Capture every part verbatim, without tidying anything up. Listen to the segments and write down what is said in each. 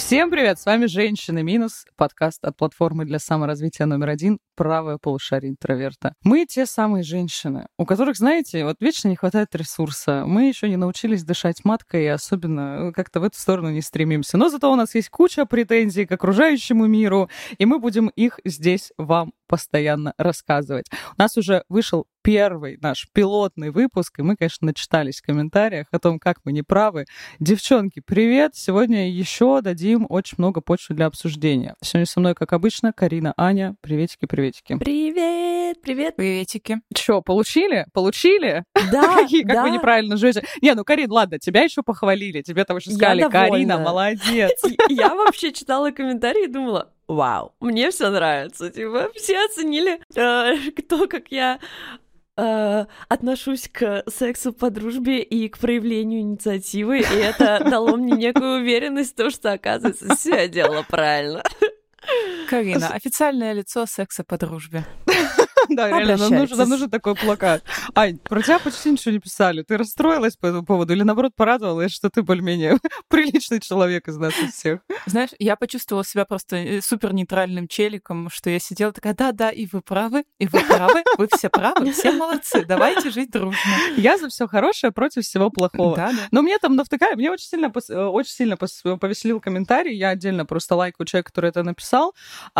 Всем привет, с вами «Женщины минус», подкаст от платформы для саморазвития номер один «Правое полушарие интроверта». Мы те самые женщины, у которых, знаете, вот вечно не хватает ресурса. Мы еще не научились дышать маткой, и особенно как-то в эту сторону не стремимся. Но зато у нас есть куча претензий к окружающему миру, и мы будем их здесь вам постоянно рассказывать. У нас уже вышел первый наш пилотный выпуск, и мы, конечно, начитались в комментариях о том, как мы неправы. Девчонки, привет! Сегодня еще дадим очень много почвы для обсуждения. Сегодня со мной, как обычно, Карина, Аня. Приветики, приветики. Привет, привет. Приветики. Че, получили? Получили? Да, Какие, как да. вы неправильно живете. Не, ну, Карин, ладно, тебя еще похвалили. Тебе там еще сказали, Я довольна. Карина, молодец. Я вообще читала комментарии и думала, вау, мне все нравится. Типа, все оценили, э, кто, как я э, отношусь к сексу по дружбе и к проявлению инициативы, и это дало мне некую уверенность в том, что, оказывается, все я делала правильно. Карина, официальное лицо секса по дружбе. Да, реально, нам нужен, нам нужен такой плакат. Ань, про тебя почти ничего не писали. Ты расстроилась по этому поводу или, наоборот, порадовалась, что ты более-менее приличный человек из нас из всех? Знаешь, я почувствовала себя просто супер нейтральным челиком, что я сидела такая, да-да, и вы правы, и вы правы, вы все правы, все молодцы, давайте жить дружно. Я за все хорошее против всего плохого. Да, да. Но мне там навтыкали, мне очень сильно, очень сильно повеселил комментарий, я отдельно просто лайкаю человека, который это написал.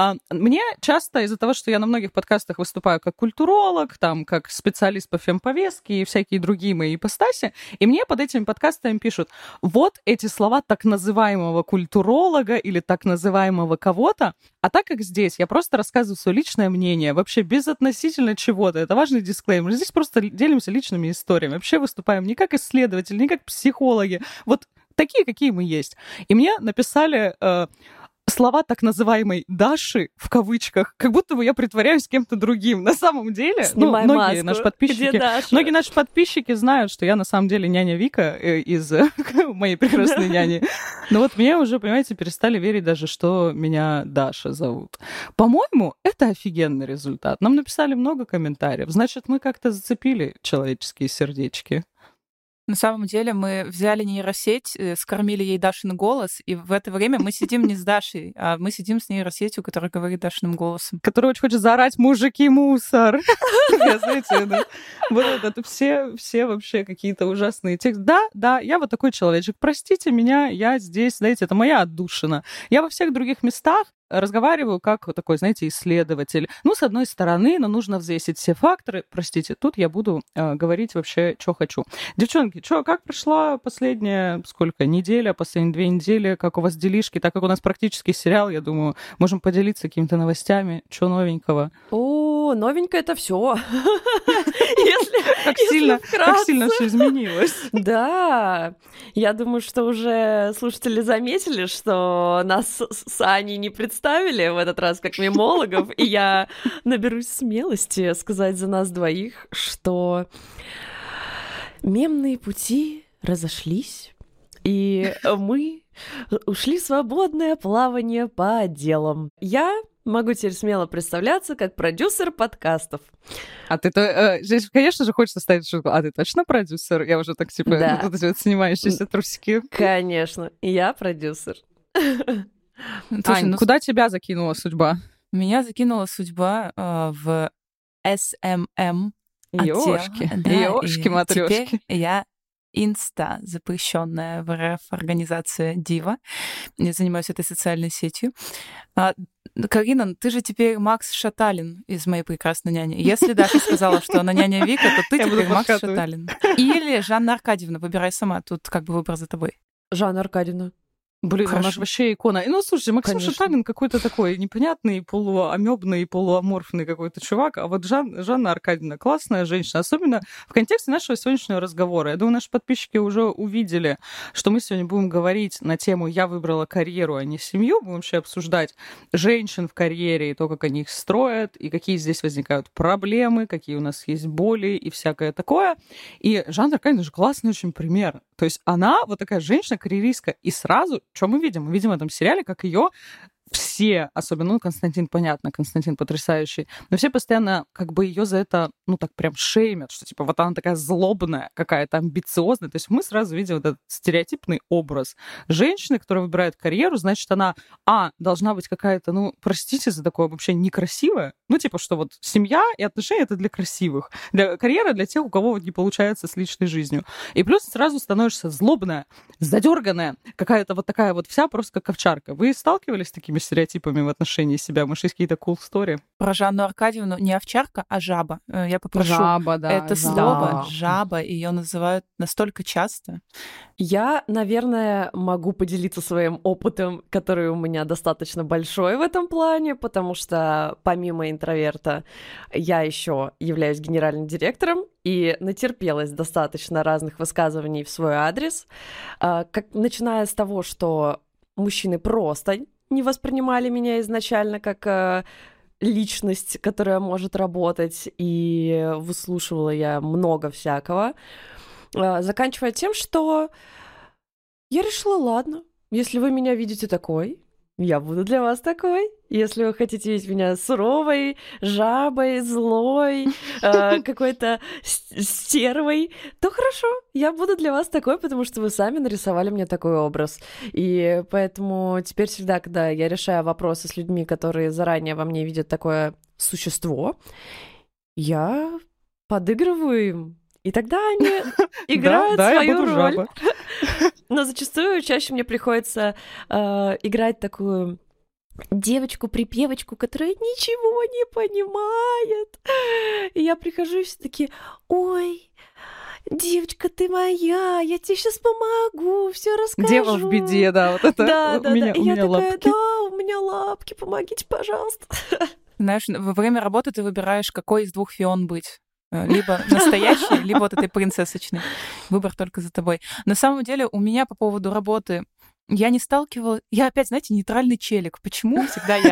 Мне часто из-за того, что я на многих подкастах выступаю как культуролог, там, как специалист по фемповестке и всякие другие мои ипостаси, и мне под этими подкастами пишут, вот эти слова так называемого культуролога или так называемого кого-то, а так как здесь я просто рассказываю свое личное мнение, вообще безотносительно чего-то, это важный дисклеймер, здесь просто делимся личными историями, вообще выступаем не как исследователи, не как психологи, вот такие, какие мы есть. И мне написали... Э, слова так называемой Даши, в кавычках, как будто бы я притворяюсь кем-то другим. На самом деле, Снимай ну, многие маску. наши подписчики, Где Даша? многие наши подписчики знают, что я на самом деле няня Вика э, из моей прекрасной няни. Но вот мне уже, понимаете, перестали верить даже, что меня Даша зовут. По-моему, это офигенный результат. Нам написали много комментариев. Значит, мы как-то зацепили человеческие сердечки. На самом деле мы взяли нейросеть, скормили ей Дашин голос, и в это время мы сидим не с Дашей, а мы сидим с нейросетью, которая говорит Дашиным голосом. Который очень хочет заорать «Мужики, мусор!» Знаете, вот это все все вообще какие-то ужасные тексты. Да, да, я вот такой человечек. Простите меня, я здесь, знаете, это моя отдушина. Я во всех других местах разговариваю как такой, знаете, исследователь. Ну, с одной стороны, но нужно взвесить все факторы. Простите, тут я буду э, говорить вообще, что хочу. Девчонки, что, как прошла последняя, сколько, неделя, последние две недели? Как у вас делишки? Так как у нас практически сериал, я думаю, можем поделиться какими-то новостями. Что новенького? О, новенькое это все. Как сильно все изменилось. Да, я думаю, что уже слушатели заметили, что нас с Аней не представили в этот раз как мемологов, и я наберусь смелости сказать за нас двоих, что мемные пути разошлись, и мы ушли в свободное плавание по отделам. Я могу теперь смело представляться как продюсер подкастов. А ты то э, здесь, конечно же, хочется ставить шутку. А ты точно продюсер? Я уже так типа Да. тут вот снимающиеся трусики. Конечно, я продюсер. Слушай, Ань, ну, куда тебя закинула судьба? меня закинула судьба э, в эс эм эм отдел. Ёшки, Да, ёшки, и матрёшки. теперь я Инста, запрещенная в эр эф организация Дива. Я занимаюсь этой социальной сетью. А, Карина, ты же теперь Макс Шаталин из «Моей прекрасной няни». Если Даша сказала, что она няня Вика, то ты Я буду теперь Макс подкатывать. Шаталин. Или Жанна Аркадьевна, выбирай сама. Тут как бы выбор за тобой. Жанна Аркадьевна. Блин, Хорошо. она же вообще икона. Ну, слушай, Максим Конечно. Шаталин какой-то такой непонятный, полуамебный, полуаморфный какой-то чувак, а вот Жан, Жанна Аркадьевна классная женщина, особенно в контексте нашего сегодняшнего разговора. Я думаю, наши подписчики уже увидели, что мы сегодня будем говорить на тему «Я выбрала карьеру, а не семью». Будем вообще обсуждать женщин в карьере и то, как они их строят, и какие здесь возникают проблемы, какие у нас есть боли и всякое такое. И Жанна Аркадьевна же классный очень пример. То есть она вот такая женщина-карьеристка, и сразу, что мы видим? Мы видим в этом сериале, как ее все все, особенно, ну, Константин, понятно, Константин потрясающий, но все постоянно как бы ее за это, ну, так прям шеймят, что, типа, вот она такая злобная, какая-то амбициозная. То есть мы сразу видим вот этот стереотипный образ женщины, которая выбирает карьеру, значит, она, а, должна быть какая-то, ну, простите за такое, вообще некрасивая. Ну, типа, что вот семья и отношения — это для красивых. Для карьеры для тех, у кого вот не получается с личной жизнью. И плюс сразу становишься злобная, задерганная, какая-то вот такая вот вся просто как овчарка. Вы сталкивались с такими стереотипами в отношении себя? Может, есть какие-то cool story? Про Жанну Аркадьевну не овчарка, а жаба. Я попрошу. Жаба, да. Это жаба. слово жаба, ее называют настолько часто. Я, наверное, могу поделиться своим опытом, который у меня достаточно большой в этом плане, потому что помимо интроверта я еще являюсь генеральным директором и натерпелась достаточно разных высказываний в свой адрес, как, начиная с того, что мужчины просто не воспринимали меня изначально как личность, которая может работать, и выслушивала я много всякого, заканчивая тем, что я решила, ладно, если вы меня видите такой, я буду для вас такой. Если вы хотите видеть меня суровой, жабой, злой, э, какой-то стервой, то хорошо, я буду для вас такой, потому что вы сами нарисовали мне такой образ. И поэтому теперь всегда, когда я решаю вопросы с людьми, которые заранее во мне видят такое существо, я подыгрываю им. И тогда они играют да, свою да, роль. жаба. Но зачастую чаще мне приходится э, играть такую девочку-припевочку, которая ничего не понимает. И я прихожу и все таки: ой, девочка, ты моя, я тебе сейчас помогу, все расскажу. Дева в беде, да, вот это Да, у да, меня, да. у И я меня такая: лапки. да, у меня лапки, помогите, пожалуйста. Знаешь, во время работы ты выбираешь, какой из двух Фион быть. Либо настоящий, либо вот этой принцессочной. Выбор только за тобой. На самом деле у меня по поводу работы я не сталкивалась... Я опять, знаете, нейтральный челик. Почему всегда я?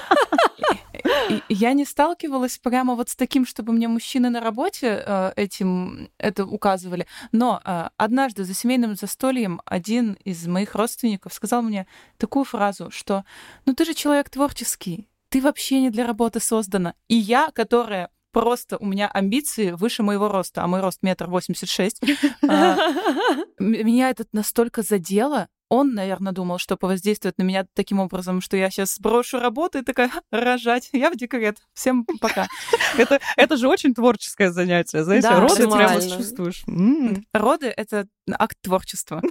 Я не сталкивалась прямо вот с таким, чтобы мне мужчины на работе этим это указывали. Но однажды за семейным застольем один из моих родственников сказал мне такую фразу, что «ну ты же человек творческий, ты вообще не для работы создана». И я, которая... Просто у меня амбиции выше моего роста, а мой рост метр восемьдесят шесть. Меня это настолько задело. Он, наверное, думал, что повоздействует на меня таким образом, что я сейчас сброшу работу и такая: рожать, я в декрет. Всем пока. Это, это же очень творческое занятие, знаете, да, роды прямо максимально. чувствуешь. М-м. Роды — это акт творчества.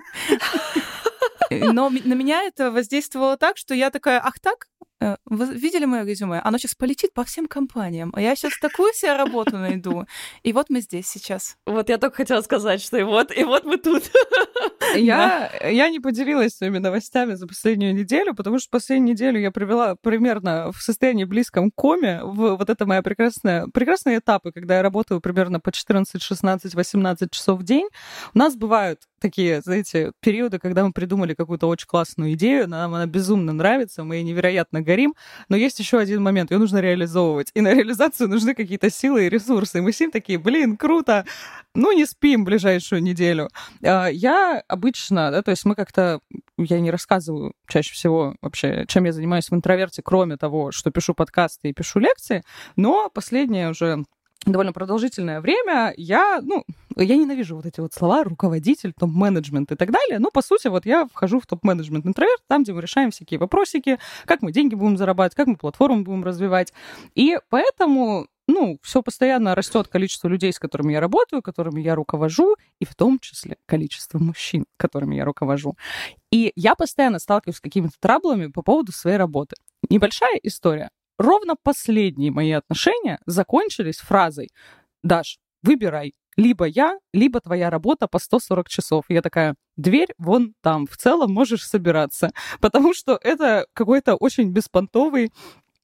Но на меня это воздействовало так, что я такая: ах так? Вы видели мое резюме? Оно сейчас полетит по всем компаниям. А я сейчас такую себе работу найду. И вот мы здесь сейчас. Вот я только хотела сказать, что и вот, и вот мы тут. Я, я не поделилась своими новостями за последнюю неделю, потому что последнюю неделю я провела примерно в состоянии близком к коме. В вот это мои прекрасные, прекрасные этапы, когда я работаю примерно по четырнадцать, шестнадцать, восемнадцать часов в день. У нас бывают такие, знаете, периоды, когда мы придумали какую-то очень классную идею, нам она безумно нравится, мы ей невероятно горим, но есть еще один момент, ее нужно реализовывать. И на реализацию нужны какие-то силы и ресурсы. И мы сидим такие: блин, круто, ну не спим ближайшую неделю. Я обычно, да, то есть мы как-то, я не рассказываю чаще всего вообще, чем я занимаюсь в интроверте, кроме того, что пишу подкасты и пишу лекции, но последнее уже довольно продолжительное время я, ну, я ненавижу вот эти вот слова руководитель, топ-менеджмент и так далее, но, по сути, вот я вхожу в топ-менеджмент интроверт, там, где мы решаем всякие вопросики, как мы деньги будем зарабатывать, как мы платформу будем развивать. И поэтому, ну, все постоянно растет количество людей, с которыми я работаю, которыми я руковожу, и в том числе количество мужчин, которыми я руковожу. И я постоянно сталкиваюсь с какими-то траблами по поводу своей работы. Небольшая история. Ровно последние мои отношения закончились фразой: «Даш, выбирай, либо я, либо твоя работа по сто сорок часов». И я такая: дверь вон там, в целом можешь собираться. Потому что это какой-то очень беспонтовый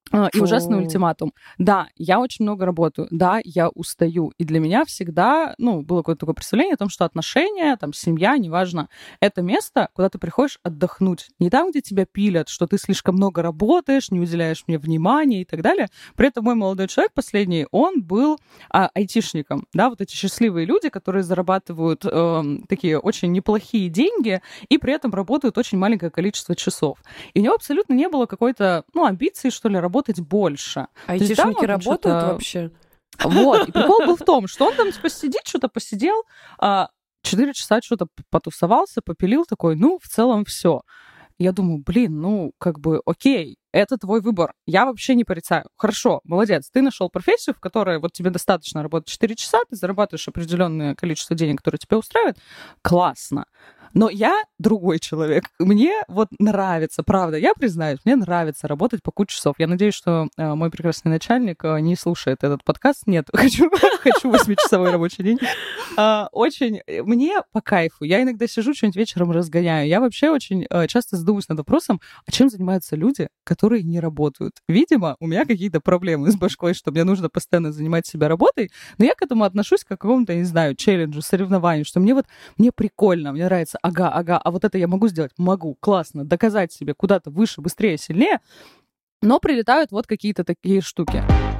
И ужасный ультиматум. Да, я очень много работаю, да, я устаю. И для меня всегда, ну, было какое-то такое представление о том, что отношения, там, семья, неважно, это место, куда ты приходишь отдохнуть. Не там, где тебя пилят, что ты слишком много работаешь, не уделяешь мне внимания и так далее. При этом мой молодой человек последний, он был а, айтишником, да, вот эти счастливые люди, которые зарабатывают э, такие очень неплохие деньги и при этом работают очень маленькое количество часов. И у него абсолютно не было какой-то, ну, амбиции, что ли, работать больше. Айтишники да, работают вообще? Вот. И прикол был в том, что он там посидит, что-то посидел, четыре часа что-то потусовался, попилил, такой, ну, в целом все. Я думаю, блин, ну, как бы, окей, это твой выбор. Я вообще не порицаю. Хорошо, молодец, ты нашел профессию, в которой вот тебе достаточно работать четыре часа, ты зарабатываешь определенное количество денег, которое тебя устраивает. Классно. Но я другой человек. Мне вот нравится, правда, я признаюсь, мне нравится работать по куче часов. Я надеюсь, что э, мой прекрасный начальник э, не слушает этот подкаст. Нет, хочу, хочу восьмичасовой рабочий день. Э, очень мне по кайфу. Я иногда сижу, что-нибудь вечером разгоняю. Я вообще очень э, часто задумываюсь над вопросом, а чем занимаются люди, которые не работают. Видимо, у меня какие-то проблемы с башкой, что мне нужно постоянно занимать себя работой, но я к этому отношусь как к какому-то, не знаю, челленджу, соревнованию, что мне вот, мне прикольно, мне нравится, ага, ага, а вот это я могу сделать? Могу, классно, доказать себе куда-то выше, быстрее, сильнее, но прилетают вот какие-то такие штуки.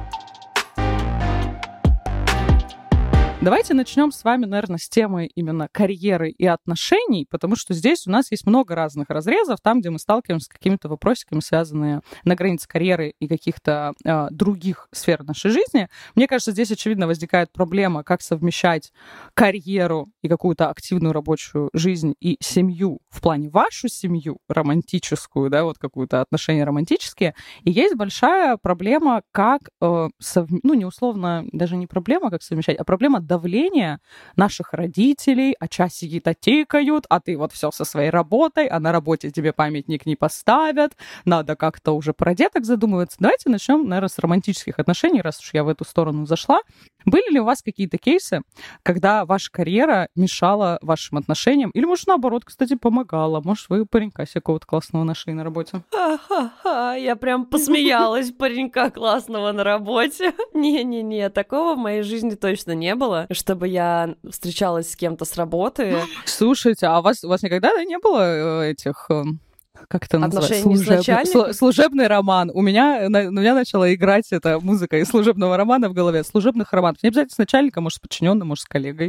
Давайте начнем с вами, наверное, с темы именно карьеры и отношений, потому что здесь у нас есть много разных разрезов, там, где мы сталкиваемся с какими-то вопросиками, связанными на границе карьеры и каких-то э, других сфер нашей жизни. Мне кажется, здесь, очевидно, возникает проблема, как совмещать карьеру и какую-то активную рабочую жизнь и семью в плане вашу семью, романтическую, да, вот какую-то отношения романтические. И есть большая проблема, как, э, сов... ну, не условно, даже не проблема, как совмещать, а проблема давление наших родителей, а часики-то тикают, а ты вот все со своей работой, а на работе тебе памятник не поставят, надо как-то уже про деток задумываться. Давайте начнем, наверное, с романтических отношений, раз уж я в эту сторону зашла. Были ли у вас какие-то кейсы, когда ваша карьера мешала вашим отношениям? Или, может, наоборот, кстати, помогала? Может, вы паренька себе какого-то классного нашли на работе? Ха-ха-ха, я прям посмеялась, паренька классного на работе. Не-не-не, такого в моей жизни точно не было, чтобы я встречалась с кем-то с работы. Слушайте, а у вас, у вас никогда не было этих... Как это называется? Служебный, служебный роман. У меня, на, у меня начала играть эта музыка из служебного романа в голове. Служебных романов. Не обязательно с начальником, может, с подчиненным, может, с коллегой.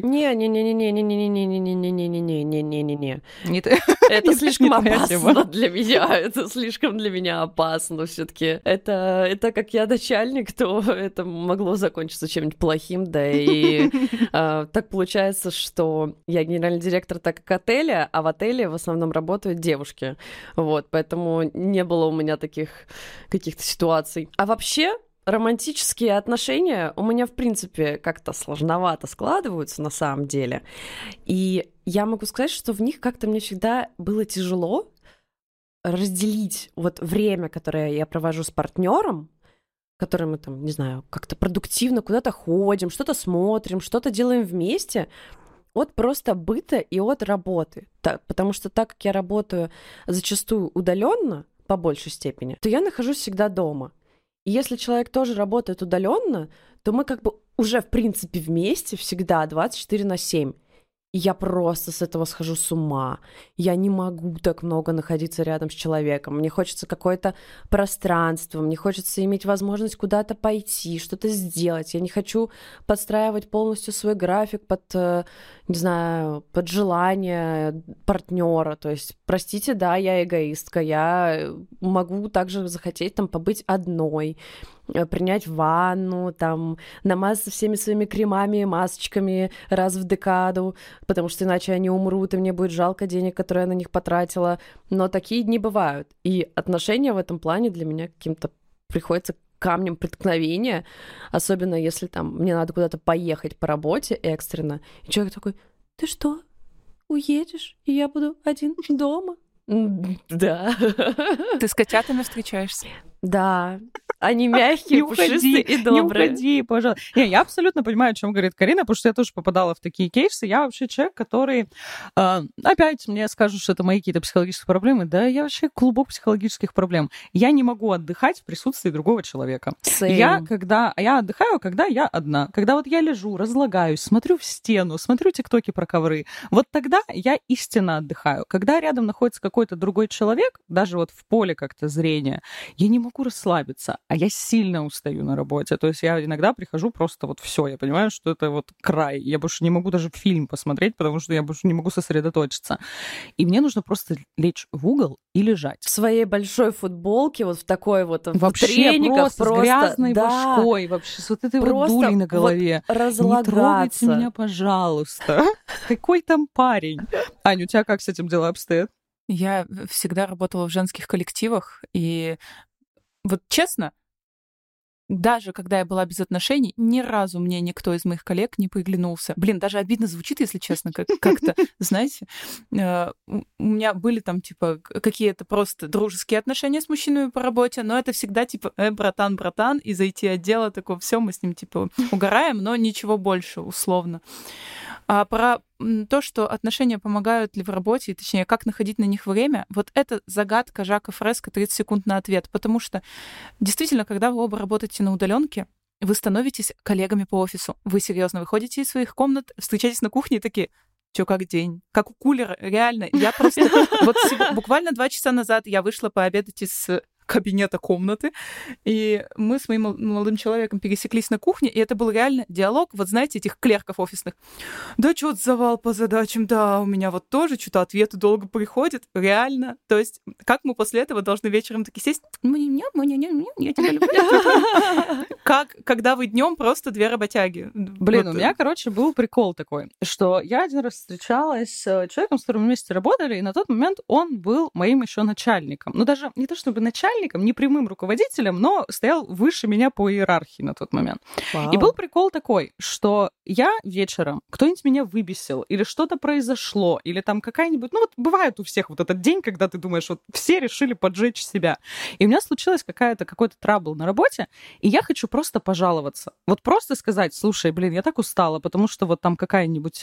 Не-не-не-не-не-не-не-не-не-не-не-не-не-не. Это слишком опасно для меня. Это слишком для меня опасно все-таки. Это, это как я начальник, то это могло закончиться чем-нибудь плохим, да и так получается, что я генеральный директор так как отеля, а в отеле в основном работают девушки. Вот, поэтому не было у меня таких каких-то ситуаций. А вообще, романтические отношения у меня, в принципе, как-то сложновато складываются на самом деле. И я могу сказать, что в них как-то мне всегда было тяжело разделить вот время, которое я провожу с партнером, который мы там, не знаю, как-то продуктивно куда-то ходим, что-то смотрим, что-то делаем вместе, от просто быта и от работы. Так, потому что так как я работаю зачастую удаленно, по большей степени, то я нахожусь всегда дома. И если человек тоже работает удаленно, то мы как бы уже, в принципе, вместе всегда двадцать четыре на семь. И я просто с этого схожу с ума. Я не могу так много находиться рядом с человеком. Мне хочется какое-то пространство, мне хочется иметь возможность куда-то пойти, что-то сделать. Я не хочу подстраивать полностью свой график под, не знаю, под желание партнера. То есть, простите, да, я эгоистка, я могу также захотеть там побыть одной, принять ванну, там, намазаться всеми своими кремами и масочками раз в декаду, потому что иначе они умрут, и мне будет жалко денег, которые я на них потратила. Но такие дни бывают. И отношения в этом плане для меня каким-то приходится камнем преткновения, особенно если там мне надо куда-то поехать по работе экстренно. И человек такой: ты что, уедешь, и я буду один дома? Да. Ты с котятами встречаешься? Да. Они мягкие, не пушистые уходи, и добрые. Не уходи, пожалуйста. Не, я абсолютно понимаю, о чем говорит Карина, потому что я тоже попадала в такие кейсы. Я вообще человек, который... Э, опять мне скажут, что это мои какие-то психологические проблемы. Да, я вообще клубок психологических проблем. Я не могу отдыхать в присутствии другого человека. Same. Я, когда... я отдыхаю, когда я одна. Когда вот я лежу, разлагаюсь, смотрю в стену, смотрю тиктоки про ковры. Вот тогда я истинно отдыхаю. Когда рядом находится какой-то другой человек, даже вот в поле как-то зрения, я не могу расслабиться. А я сильно устаю на работе. То есть я иногда прихожу просто вот все. Я понимаю, что это вот край. Я больше не могу даже фильм посмотреть, потому что я больше не могу сосредоточиться. И мне нужно просто лечь в угол и лежать. В своей большой футболке, вот в такой вот, вообще в трениках, просто, просто с грязной да, башкой, вообще с вот этой просто вот дулей на голове. Вот разлагаться. Не трогайте меня, пожалуйста. Какой там парень? Аня, у тебя как с этим дела обстоят? Я всегда работала в женских коллективах, и вот честно, даже когда я была без отношений, ни разу мне никто из моих коллег не приглянулся. Блин, даже обидно звучит, если честно, как- как-то, знаете. Э, У у меня были там, типа, к- какие-то просто дружеские отношения с мужчинами по работе, но это всегда, типа, э, братан, братан, из ай ти-отдела такое, все, мы с ним, типа, угораем, но ничего больше, условно. А про м, то, что отношения помогают ли в работе, и, точнее, как находить на них время, вот это загадка Жака Фреско тридцать секунд на ответ. Потому что действительно, когда вы оба работаете на удаленке, вы становитесь коллегами по офису. Вы серьезно выходите из своих комнат, встречаетесь на кухне и такие: чё, как день? Как у кулера, реально. Я просто... Вот сего- буквально два часа назад я вышла пообедать из кабинета комнаты, и мы с моим мол- молодым человеком пересеклись на кухне, и это был реально диалог, вот знаете, этих клерков офисных. Да, что-то завал по задачам, да, у меня вот тоже что-то ответы долго приходят, реально. То есть как мы после этого должны вечером таки сесть? Мне, мне, мне, мне, мне, я тебя люблю. Как, когда вы днем просто две работяги. Блин, Вот, у меня, короче, был прикол такой, что я один раз встречалась с человеком, с которым мы вместе работали, и на тот момент он был моим еще начальником. Ну, даже не то чтобы начальником, не прямым руководителем, но стоял выше меня по иерархии на тот момент. Вау. И был прикол такой, что я вечером, кто-нибудь меня выбесил, или что-то произошло, или там какая-нибудь... Ну вот бывает у всех вот этот день, когда ты думаешь, вот все решили поджечь себя. И у меня случилась какая-то, какой-то трабл на работе, и я хочу просто пожаловаться. Вот просто сказать: слушай, блин, я так устала, потому что вот там какая-нибудь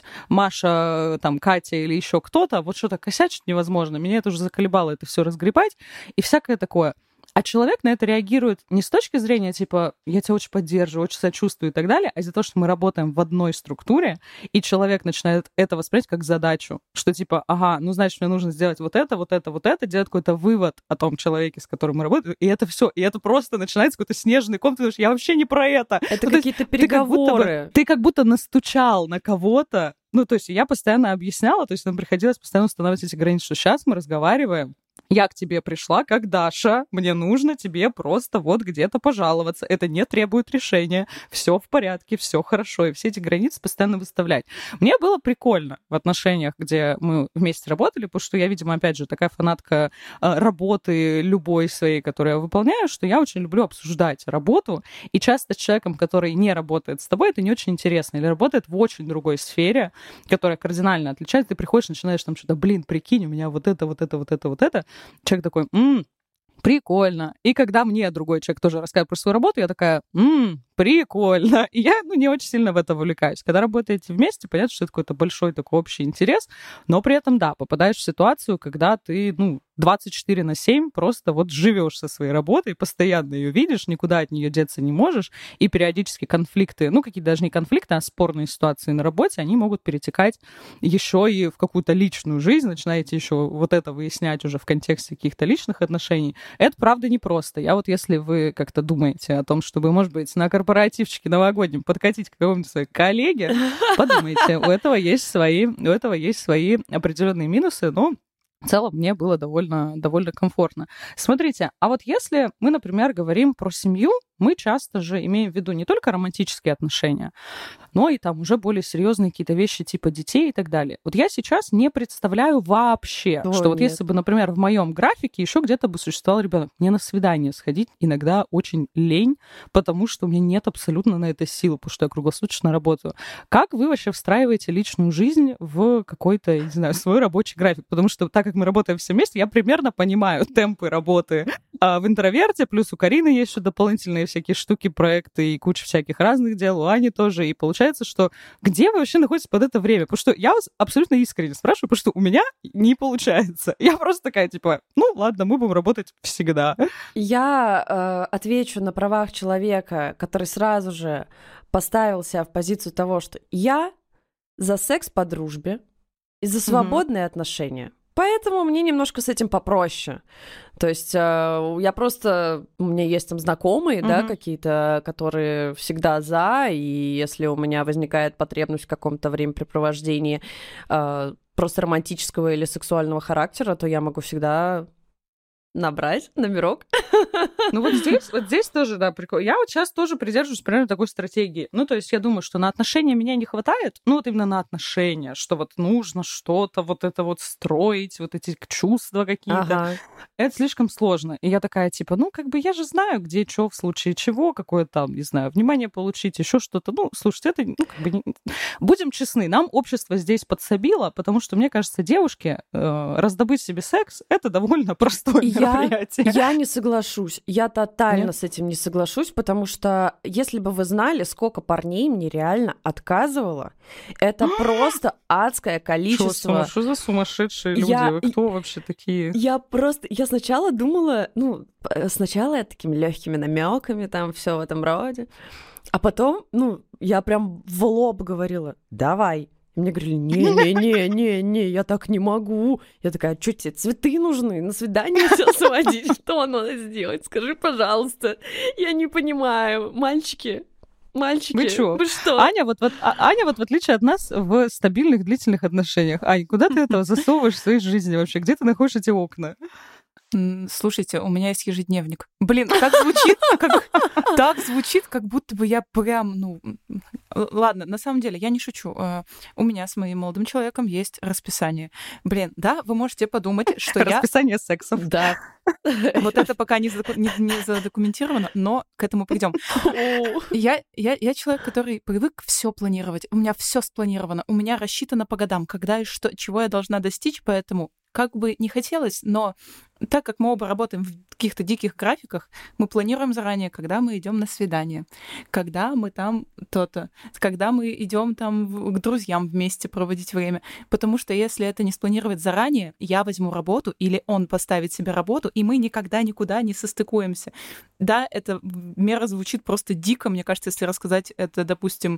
Маша, там Катя или еще кто-то, вот что-то косячит невозможно. Меня это уже заколебало это все разгребать и всякое такое. А человек на это реагирует не с точки зрения, типа, я тебя очень поддерживаю, очень сочувствую и так далее, а из-за того, что мы работаем в одной структуре, и человек начинает это воспринять как задачу, что типа, ага, ну, значит, мне нужно сделать вот это, вот это, вот это, делать какой-то вывод о том человеке, с которым мы работаем, и это все, и это просто начинается какой-то снежный ком, потому что я вообще не про это. Это Ну, то есть какие-то ты как будто бы- переговоры. Ты как будто настучал на кого-то. Ну, то есть я постоянно объясняла, то есть нам приходилось постоянно устанавливать эти границы, что сейчас мы разговариваем, я к тебе пришла как Даша, мне нужно тебе просто вот где-то пожаловаться. Это не требует решения, все в порядке, все хорошо, и все эти границы постоянно выставлять. Мне было прикольно в отношениях, где мы вместе работали, потому что я, видимо, опять же, такая фанатка э, работы любой своей, которую я выполняю, что я очень люблю обсуждать работу, и часто с человеком, который не работает с тобой, это не очень интересно, или работает в очень другой сфере, которая кардинально отличается, ты приходишь, начинаешь там что-то: блин, прикинь, у меня вот это, вот это, вот это, вот это. Человек такой: м, прикольно. И когда мне другой человек тоже рассказывает про свою работу, я такая: м, прикольно. И я, ну, не очень сильно в это вовлекаюсь. Когда работаете вместе, понятно, что это какой-то большой такой общий интерес, но при этом, да, попадаешь в ситуацию, когда ты, ну, двадцать четыре на семь просто вот живешь со своей работой, постоянно ее видишь, никуда от нее деться не можешь, и периодически конфликты, ну, какие даже не конфликты, а спорные ситуации на работе, они могут перетекать еще и в какую-то личную жизнь, начинаете еще вот это выяснять уже в контексте каких-то личных отношений. Это, правда, непросто. Я вот, если вы как-то думаете о том, чтобы, может быть, на корпоративчике новогоднем подкатить к какому-нибудь своей коллеге, подумайте, у этого есть свои, у этого есть свои определенные минусы, но в целом мне было довольно, довольно комфортно. Смотрите, а вот если мы, например, говорим про семью, мы часто же имеем в виду не только романтические отношения, но и там уже более серьезные какие-то вещи типа детей и так далее. Вот я сейчас не представляю вообще, Ой, что вот нет. если бы, например, в моем графике еще где-то бы существовал ребенок, мне на свидание сходить иногда очень лень, потому что у меня нет абсолютно на это сил, потому что я круглосуточно работаю. Как вы вообще встраиваете личную жизнь в какой-то, не знаю, свой рабочий график? Потому что так как мы работаем все вместе, я примерно понимаю темпы работы а, в интроверте, плюс у Карины есть еще дополнительные всякие штуки, проекты и куча всяких разных дел, у Ани тоже. И получается, что где вы вообще находитесь под это время? Потому что я вас абсолютно искренне спрашиваю, потому что у меня не получается. Я просто такая, типа, ну ладно, мы будем работать всегда. Я э, отвечу на правах человека, который сразу же поставил себя в позицию того, что я за секс по дружбе и за свободные mm-hmm. отношения. Поэтому мне немножко с этим попроще. То есть э, я просто... У меня есть там знакомые, mm-hmm. да, какие-то, которые всегда за, и если у меня возникает потребность в каком-то времяпрепровождении э, просто романтического или сексуального характера, то я могу всегда набрать номерок. Ну вот здесь, вот здесь тоже, да, прикол. Я вот сейчас тоже придерживаюсь примерно такой стратегии. Ну, то есть я думаю, что на отношения меня не хватает, ну, вот именно на отношения, что вот нужно что-то вот это вот строить, вот эти чувства какие-то. Ага. Это слишком сложно. И я такая, типа, ну, как бы я же знаю, где что в случае чего, какое там, не знаю, внимание получить, еще что-то. Ну, слушайте, это, ну, как бы... Не... Будем честны, нам общество здесь подсобило, потому что, мне кажется, девушке э, раздобыть себе секс — это довольно простое мероприятие. Я, я не соглашусь. Я тотально Нет? с этим не соглашусь, потому что если бы вы знали, сколько парней мне реально отказывало, это просто адское количество. Что за сумасшедшие люди? Я, Кто вообще такие? Я просто... Я сначала думала... Ну, сначала я такими легкими намеками, там, все в этом роде. А потом, ну, я прям в лоб говорила: давай. И мне говорили: не-не-не-не-не, я так не могу. Я такая: а что тебе, цветы нужны? На свидание все сводить? Что надо сделать? Скажи, пожалуйста. Я не понимаю. Мальчики, мальчики, вы, чё? вы что? Аня вот, вот, а, Аня вот, в отличие от нас, в стабильных длительных отношениях. Ань, куда ты этого засовываешь в своей жизни вообще? Где ты находишь эти окна? Слушайте, у меня есть ежедневник. Блин, так звучит, как, так звучит, как будто бы я прям, ну... Ладно, на самом деле, я не шучу. У меня с моим молодым человеком есть расписание. Блин, да, вы можете подумать, что я... Расписание сексов. Да. Вот это пока не, заду... не, не задокументировано, но к этому придем. Я, я, я человек, который привык все планировать. У меня все спланировано. У меня рассчитано по годам, когда и что, чего я должна достичь, поэтому как бы не хотелось, но так как мы оба работаем в каких-то диких графиках, мы планируем заранее, когда мы идем на свидание, когда мы там то-то, когда мы идем там к друзьям вместе проводить время. Потому что если это не спланировать заранее, я возьму работу или он поставит себе работу, и мы никогда никуда не состыкуемся. Да, эта мера звучит просто дико, мне кажется, если рассказать это, допустим,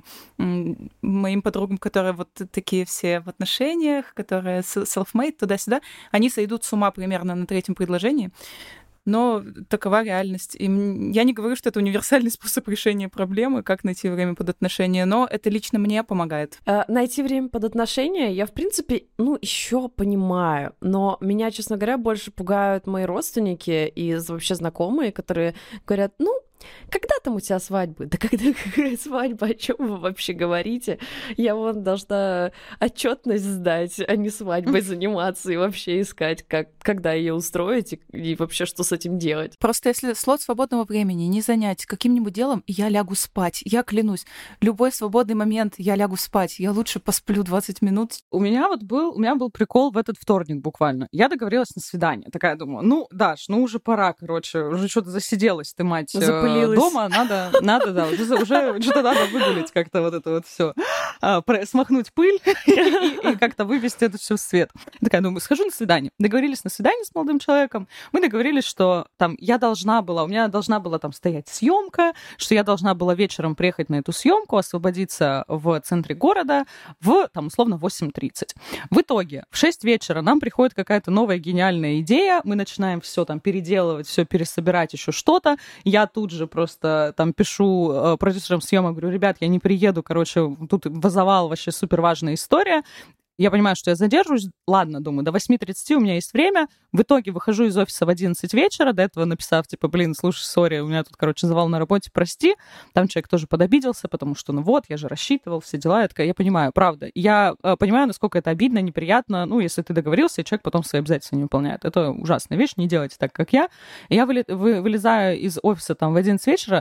моим подругам, которые вот такие все в отношениях, которые self-made, туда-сюда, они сойдут с ума примерно на третьем предложении. Но такова реальность. И я не говорю, что это универсальный способ решения проблемы, как найти время под отношения, но это лично мне помогает. А, найти время под отношения я, в принципе, ну, еще понимаю. Но меня, честно говоря, больше пугают мои родственники и вообще знакомые, которые говорят: ну, когда там у тебя свадьбы? Да когда какая свадьба? О чем вы вообще говорите? Я вон должна отчетность сдать, а не свадьбой заниматься и вообще искать, как, когда ее устроить и, и вообще что с этим делать. Просто если слот свободного времени не занять каким-нибудь делом, я лягу спать. Я клянусь, любой свободный момент я лягу спать. Я лучше посплю двадцать минут. У меня вот был, у меня был прикол в этот вторник буквально. Я договорилась на свидание. Такая думаю: ну, Даш, ну уже пора, короче, уже что-то засиделась ты, мать. Запылилась. Дома надо, надо, да, уже, уже что-то надо выгулить как-то вот это вот все, а, смахнуть пыль и, и, и как-то вывести это все в свет. Такая думаю: схожу на свидание. Договорились на свидание с молодым человеком. Мы договорились, что там я должна была, у меня должна была там стоять съемка, что я должна была вечером приехать на эту съемку, освободиться в центре города в, там, условно, восемь тридцать. В итоге в шесть вечера нам приходит какая-то новая гениальная идея, мы начинаем все там переделывать, все пересобирать, еще что-то. Я тут же просто там пишу э, продюсерам съемок, говорю: ребят, я не приеду, короче, тут вызывал вообще супер важная история. я понимаю, что я задержусь, ладно, думаю, до восемь тридцать у меня есть время, в итоге выхожу из офиса в одиннадцать вечера, до этого написав, типа, блин, слушай, сори, у меня тут, короче, завал на работе, прости, там человек тоже подобиделся, потому что, ну вот, я же рассчитывал, все дела, я такая, я понимаю, правда, я э, понимаю, насколько это обидно, неприятно, ну, если ты договорился, и человек потом свои обязательства не выполняет, это ужасная вещь, не делайте так, как я, и я выли- вы- вылезаю из офиса там в одиннадцать вечера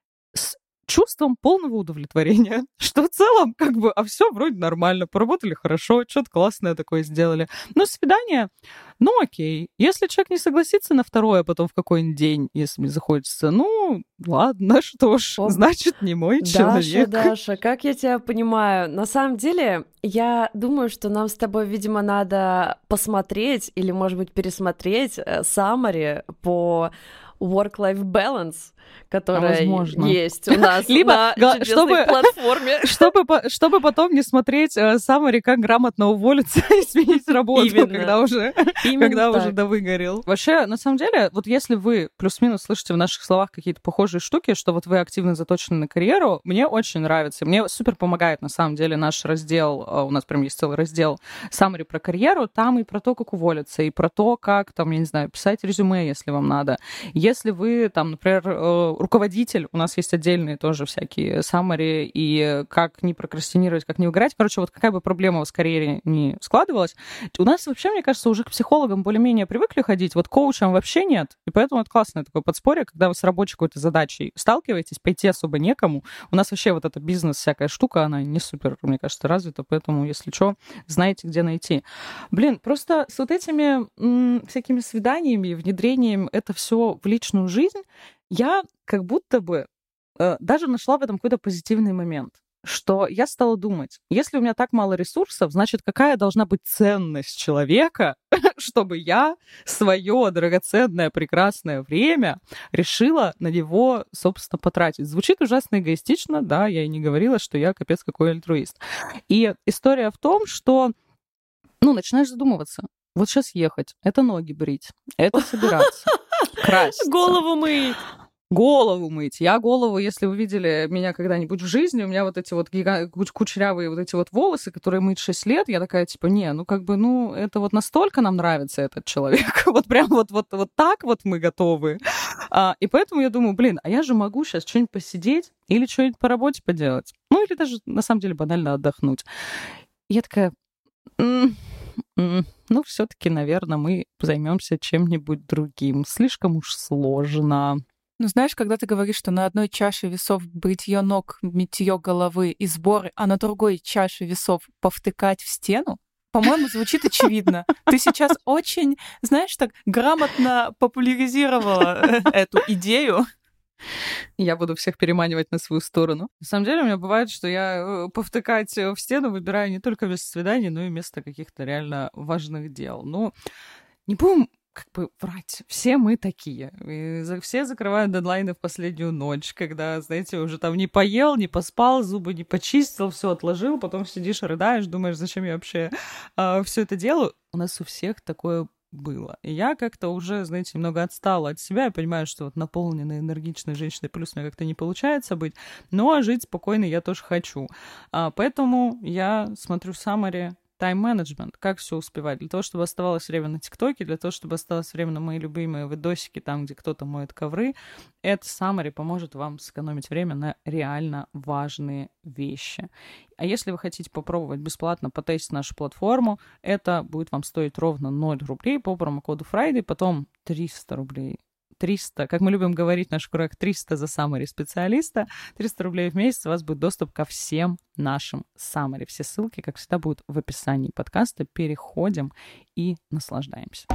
с чувством полного удовлетворения, что в целом, как бы, а все вроде нормально, поработали хорошо, что-то классное такое сделали. Но свидание, ну окей. Если человек не согласится на второе, потом в какой-нибудь день, если мне захочется, ну, ладно, что ж, О, значит, не мой Даша, человек. Даша, как я тебя понимаю? На самом деле, я думаю, что нам с тобой, видимо, надо посмотреть или, может быть, пересмотреть э, summary по work-life balance, которая возможно. есть у нас Либо, на га- чудесной чтобы- платформе. Чтобы, по- чтобы потом не смотреть э, summary, как грамотно уволиться и сменить работу, Именно. когда уже Именно когда так. уже довыгорел. Вообще, на самом деле, вот если вы плюс-минус слышите в наших словах какие-то похожие штуки, что вот вы активно заточены на карьеру, мне очень нравится. Мне супер помогает, на самом деле, наш раздел, э, у нас прям есть целый раздел summary про карьеру, там и про то, как уволиться, и про то, как, там, я не знаю, писать резюме, если вам надо. Если вы, там, например, э, руководитель, у нас есть отдельные тоже всякие summary, и как не прокрастинировать, как не выгорать. Короче, вот какая бы проблема у вас в карьере не складывалась, у нас вообще, мне кажется, уже к психологам более-менее привыкли ходить, вот коучам вообще нет, и поэтому это классное такое подспорье, когда вы с рабочей какой-то задачей сталкиваетесь, пойти особо некому. У нас вообще вот эта бизнес, всякая штука, она не супер, мне кажется, развита, поэтому, если что, знаете, где найти. Блин, просто с вот этими м, всякими свиданиями и внедрением это все в личную жизнь, я как будто бы э, даже нашла в этом какой-то позитивный момент, что я стала думать, если у меня так мало ресурсов, значит, какая должна быть ценность человека, чтобы я свое драгоценное, прекрасное время решила на него, собственно, потратить. Звучит ужасно эгоистично, да, я и не говорила, что я капец какой альтруист. И история в том, что, ну, начинаешь задумываться. Вот сейчас ехать, это ноги брить, это собираться, краситься. Голову мыть. Голову мыть. Я голову, если вы видели меня когда-нибудь в жизни, у меня вот эти вот гига- куч- кучерявые вот эти вот волосы, которые мыть шесть лет, я такая, типа, не, ну как бы, ну это вот настолько нам нравится этот человек, вот прям вот, вот, вот так вот мы готовы. А, и поэтому я думаю, блин, а я же могу сейчас что-нибудь посидеть или что-нибудь по работе поделать. Ну или даже, на самом деле, банально отдохнуть. И я такая... «М, м, ну, все-таки, наверное, мы займемся чем-нибудь другим. Слишком уж сложно. Ну, знаешь, когда ты говоришь, что на одной чаше весов бритье ног, мытье головы и сборы, а на другой чаше весов повтыкать в стену, по-моему, звучит очевидно. Ты сейчас очень, знаешь, так грамотно популяризировала эту идею. Я буду всех переманивать на свою сторону. На самом деле, у меня бывает, что я повтыкать в стену выбираю не только вместо свиданий, но и вместо каких-то реально важных дел. Ну, не будем как бы врать. Все мы такие. И за- все закрывают дедлайны в последнюю ночь, когда, знаете, уже там не поел, не поспал, зубы не почистил, все отложил, потом сидишь, рыдаешь, думаешь, зачем я вообще все это делаю. У нас у всех такое было. И я как-то уже, знаете, немного отстала от себя. Я понимаю, что вот наполненной, энергичной женщиной плюс мне как-то не получается быть, но жить спокойно я тоже хочу. А, поэтому я смотрю summary, тайм-менеджмент, как все успевать, для того, чтобы оставалось время на ТикТоке, для того, чтобы оставалось время на мои любимые видосики, там, где кто-то моет ковры, это summary поможет вам сэкономить время на реально важные вещи. А если вы хотите попробовать бесплатно потестить нашу платформу, это будет вам стоить ровно ноль рублей по промокоду Friday, потом триста рублей. триста, как мы любим говорить, наш курок, триста за summary специалиста, триста рублей в месяц, у вас будет доступ ко всем нашим summary. Все ссылки, как всегда, будут в описании подкаста. Переходим и наслаждаемся.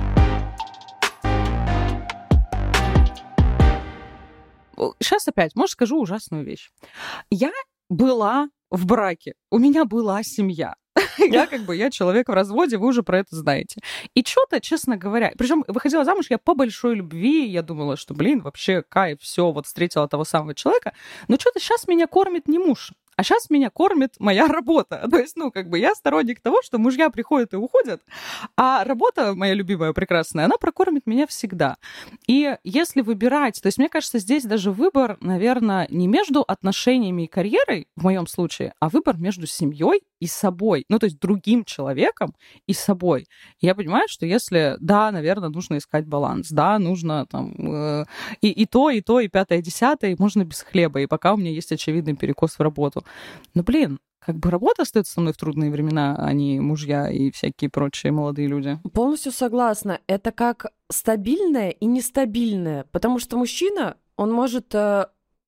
Сейчас опять, может, скажу ужасную вещь. Я была в браке, у меня была семья. Я как бы, я человек в разводе, вы уже про это знаете. И что-то, честно говоря, причем выходила замуж я по большой любви, я думала, что, блин, вообще кайф, все, вот встретила того самого человека, но что-то сейчас меня кормит не муж, а сейчас меня кормит моя работа. То есть, ну, как бы я сторонник того, что мужья приходят и уходят, а работа, моя любимая, прекрасная, она прокормит меня всегда. И если выбирать, то есть, мне кажется, здесь даже выбор, наверное, не между отношениями и карьерой, в моем случае, а выбор между семьей и собой, ну, то есть другим человеком и собой. И я понимаю, что если, да, наверное, нужно искать баланс, да, нужно там э, и, и то, и то, и пятое, и десятое, и можно без хлеба, и пока у меня есть очевидный перекос в работу. Но, блин, как бы работа остается со мной в трудные времена, а не мужья и всякие прочие молодые люди. Полностью согласна. Это как стабильное и нестабильное, потому что мужчина, он может э,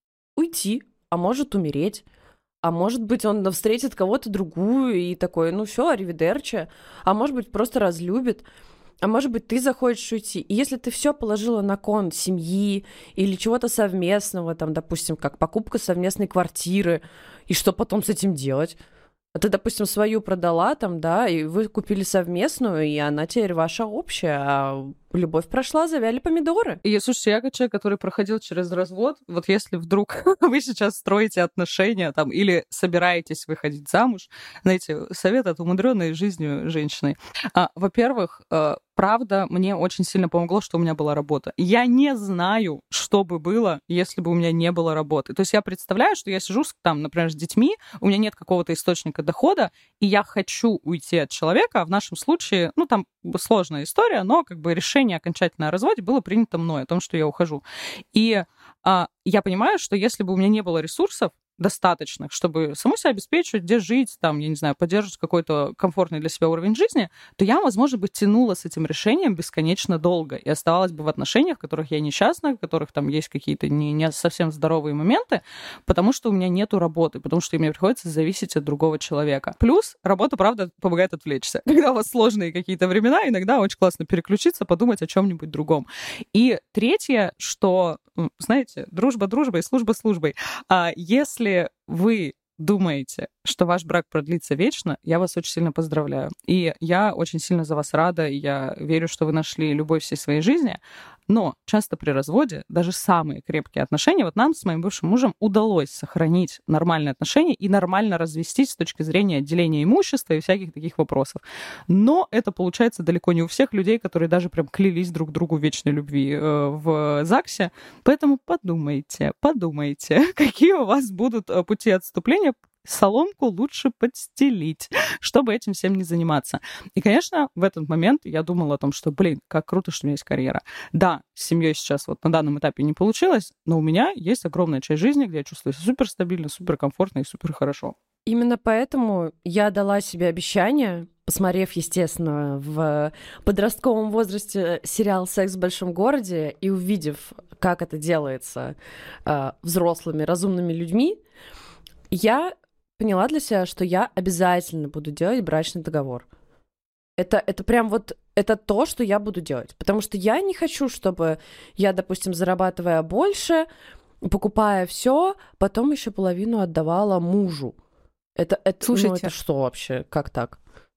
уйти, а может умереть. А может быть, он встретит кого-то другую и такой, ну все, аривидерчи. А может быть, просто разлюбит. А может быть, ты захочешь уйти. И если ты все положила на кон семьи или чего-то совместного, там, допустим, как покупка совместной квартиры, и что потом с этим делать? А ты, допустим, свою продала там, да, и вы купили совместную, и она теперь ваша общая, а любовь прошла, завяли помидоры. И, слушайте, я как человек, который проходил через развод, вот если вдруг вы сейчас строите отношения там или собираетесь выходить замуж, знаете, совет от умудренной жизнью женщины. А, во-первых, а, правда, мне очень сильно помогло, что у меня была работа. Я не знаю, что бы было, если бы у меня не было работы. То есть я представляю, что я сижу там, например, с детьми, у меня нет какого-то источника дохода, и я хочу уйти от человека, а в нашем случае, ну, там сложная история, но как бы решение окончательно о разводе было принято мной, о том, что я ухожу. И а, я понимаю, что если бы у меня не было ресурсов достаточных, чтобы саму себя обеспечивать, где жить, там, я не знаю, поддерживать какой-то комфортный для себя уровень жизни, то я, возможно, бы тянула с этим решением бесконечно долго и оставалась бы в отношениях, в которых я несчастна, в которых там есть какие-то не, не совсем здоровые моменты, потому что у меня нету работы, потому что мне приходится зависеть от другого человека. Плюс работа, правда, помогает отвлечься. Когда у вас сложные какие-то времена, иногда очень классно переключиться, подумать о чем-нибудь другом. И третье, что, знаете, дружба дружбой, служба службой. А если вы думаете, что ваш брак продлится вечно, я вас очень сильно поздравляю. И я очень сильно за вас рада, и я верю, что вы нашли любовь всей своей жизни. Но часто при разводе даже самые крепкие отношения, вот нам с моим бывшим мужем удалось сохранить нормальные отношения и нормально развестись с точки зрения деления имущества и всяких таких вопросов. Но это получается далеко не у всех людей, которые даже прям клялись друг другу в вечной любви э, в ЗАГСе. Поэтому подумайте, подумайте, какие у вас будут пути отступления. Соломку лучше подстелить, чтобы этим всем не заниматься. И, конечно, в этот момент я думала о том, что, блин, как круто, что у меня есть карьера. Да, с семьей сейчас вот на данном этапе не получилось, но у меня есть огромная часть жизни, где я чувствую себя супер стабильно, супер комфортно и супер хорошо. Именно поэтому я дала себе обещание, посмотрев, естественно, в подростковом возрасте сериал «Секс в большом городе» и увидев, как это делается э, взрослыми, разумными людьми, я поняла для себя, что я обязательно буду делать брачный договор. Это, это прям вот, это то, что я буду делать. Потому что я не хочу, чтобы я, допустим, зарабатывая больше, покупая все, потом еще половину отдавала мужу. Это, это, Слушайте, ну, это что вообще? Как так?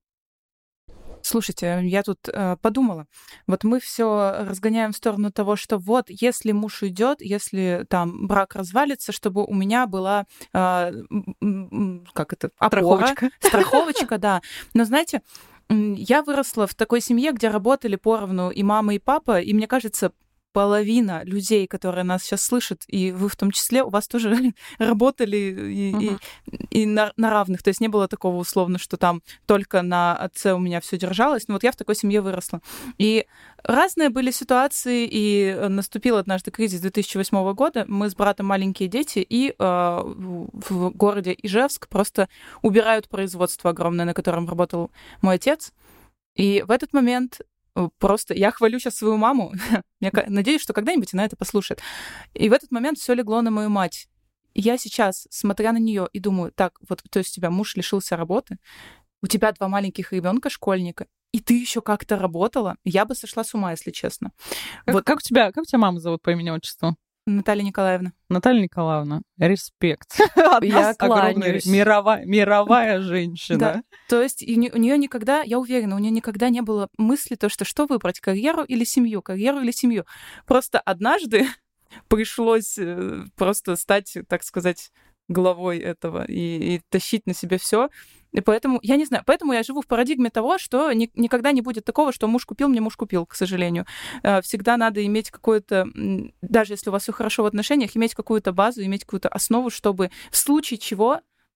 Слушайте, я тут э, подумала. Вот мы все разгоняем в сторону того, что вот если муж уйдет, если там брак развалится, чтобы у меня была э, как это опора, страховочка, страховочка, да. Но знаете, я выросла в такой семье, где работали поровну и мама, и папа, и мне кажется, половина людей, которые нас сейчас слышат, и вы в том числе, у вас тоже работали и, uh-huh. и, и на, на равных. То есть не было такого условно, что там только на отце у меня все держалось. Но вот я в такой семье выросла. И разные были ситуации, и наступил однажды кризис две тысячи восьмого года. Мы с братом маленькие дети, и э, в городе Ижевск просто убирают производство огромное, на котором работал мой отец. И в этот момент просто я хвалю сейчас свою маму. Я надеюсь, что когда-нибудь она это послушает. И в этот момент все легло на мою мать. И я сейчас, смотря на нее, и думаю, так, вот, то есть у тебя муж лишился работы, у тебя два маленьких ребенка, школьника, и ты еще как-то работала, я бы сошла с ума, если честно. Как, вот как у тебя, как у тебя маму зовут по имени-отчеству? Наталья Николаевна. Наталья Николаевна, респект. Я кланяюсь. Мировая, мировая женщина. Да. То есть у нее никогда, я уверена, у нее никогда не было мысли, то, что что выбрать, карьеру или семью, карьеру или семью. Просто однажды пришлось просто стать, так сказать, главой этого и, и тащить на себе все. И поэтому, я не знаю, поэтому я живу в парадигме того, что ни, никогда не будет такого, что муж купил, мне муж купил, к сожалению. Всегда надо иметь какое-то, даже если у вас все хорошо в отношениях, иметь какую-то базу, иметь какую-то основу, чтобы в случае чего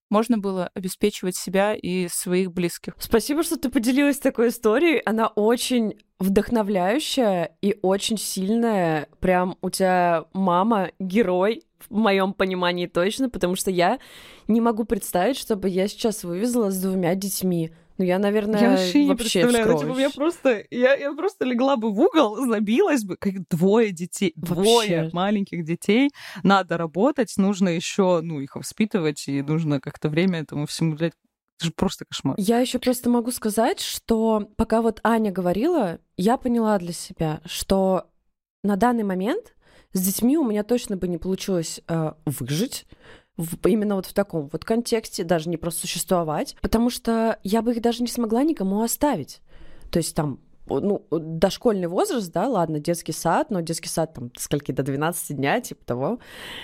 можно было обеспечивать себя и своих близких. Спасибо, что ты поделилась такой историей. Она очень вдохновляющая и очень сильная. Прям у тебя мама герой, в моем понимании точно, потому что я не могу представить, чтобы я сейчас вывезла с двумя детьми. Ну, я, наверное, я вообще, вообще не представляю. вскроюсь. Ну, типа, я, просто, я, я просто легла бы в угол, забилась бы, как двое детей, Вообще. двое маленьких детей. Надо работать, нужно еще, ну, их воспитывать, и нужно как-то время этому всему уделять. Это же просто кошмар. Я еще просто могу сказать, что пока вот Аня говорила, я поняла для себя, что на данный момент с детьми у меня точно бы не получилось э, выжить. В, именно вот в таком вот контексте, даже не просто существовать, потому что я бы их даже не смогла никому оставить. То есть там, ну, дошкольный возраст, да, ладно, детский сад, но детский сад там до скольки, до двенадцати дня, типа того.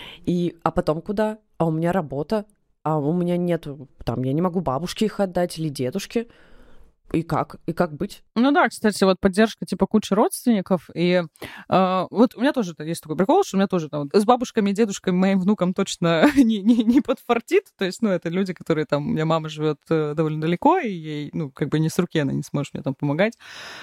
И, а потом куда? А у меня работа, а у меня нету, там, я не могу бабушке их отдать или дедушке. И как? И как быть? Ну да, кстати, вот поддержка типа кучи родственников. И э, вот у меня тоже есть такой прикол, что у меня тоже там, с бабушками и дедушками, моим внукам точно не, не, не подфартит. То есть, ну, это люди, которые там... У меня мама живет довольно далеко, и ей, ну, как бы не с руки она не сможет мне там помогать.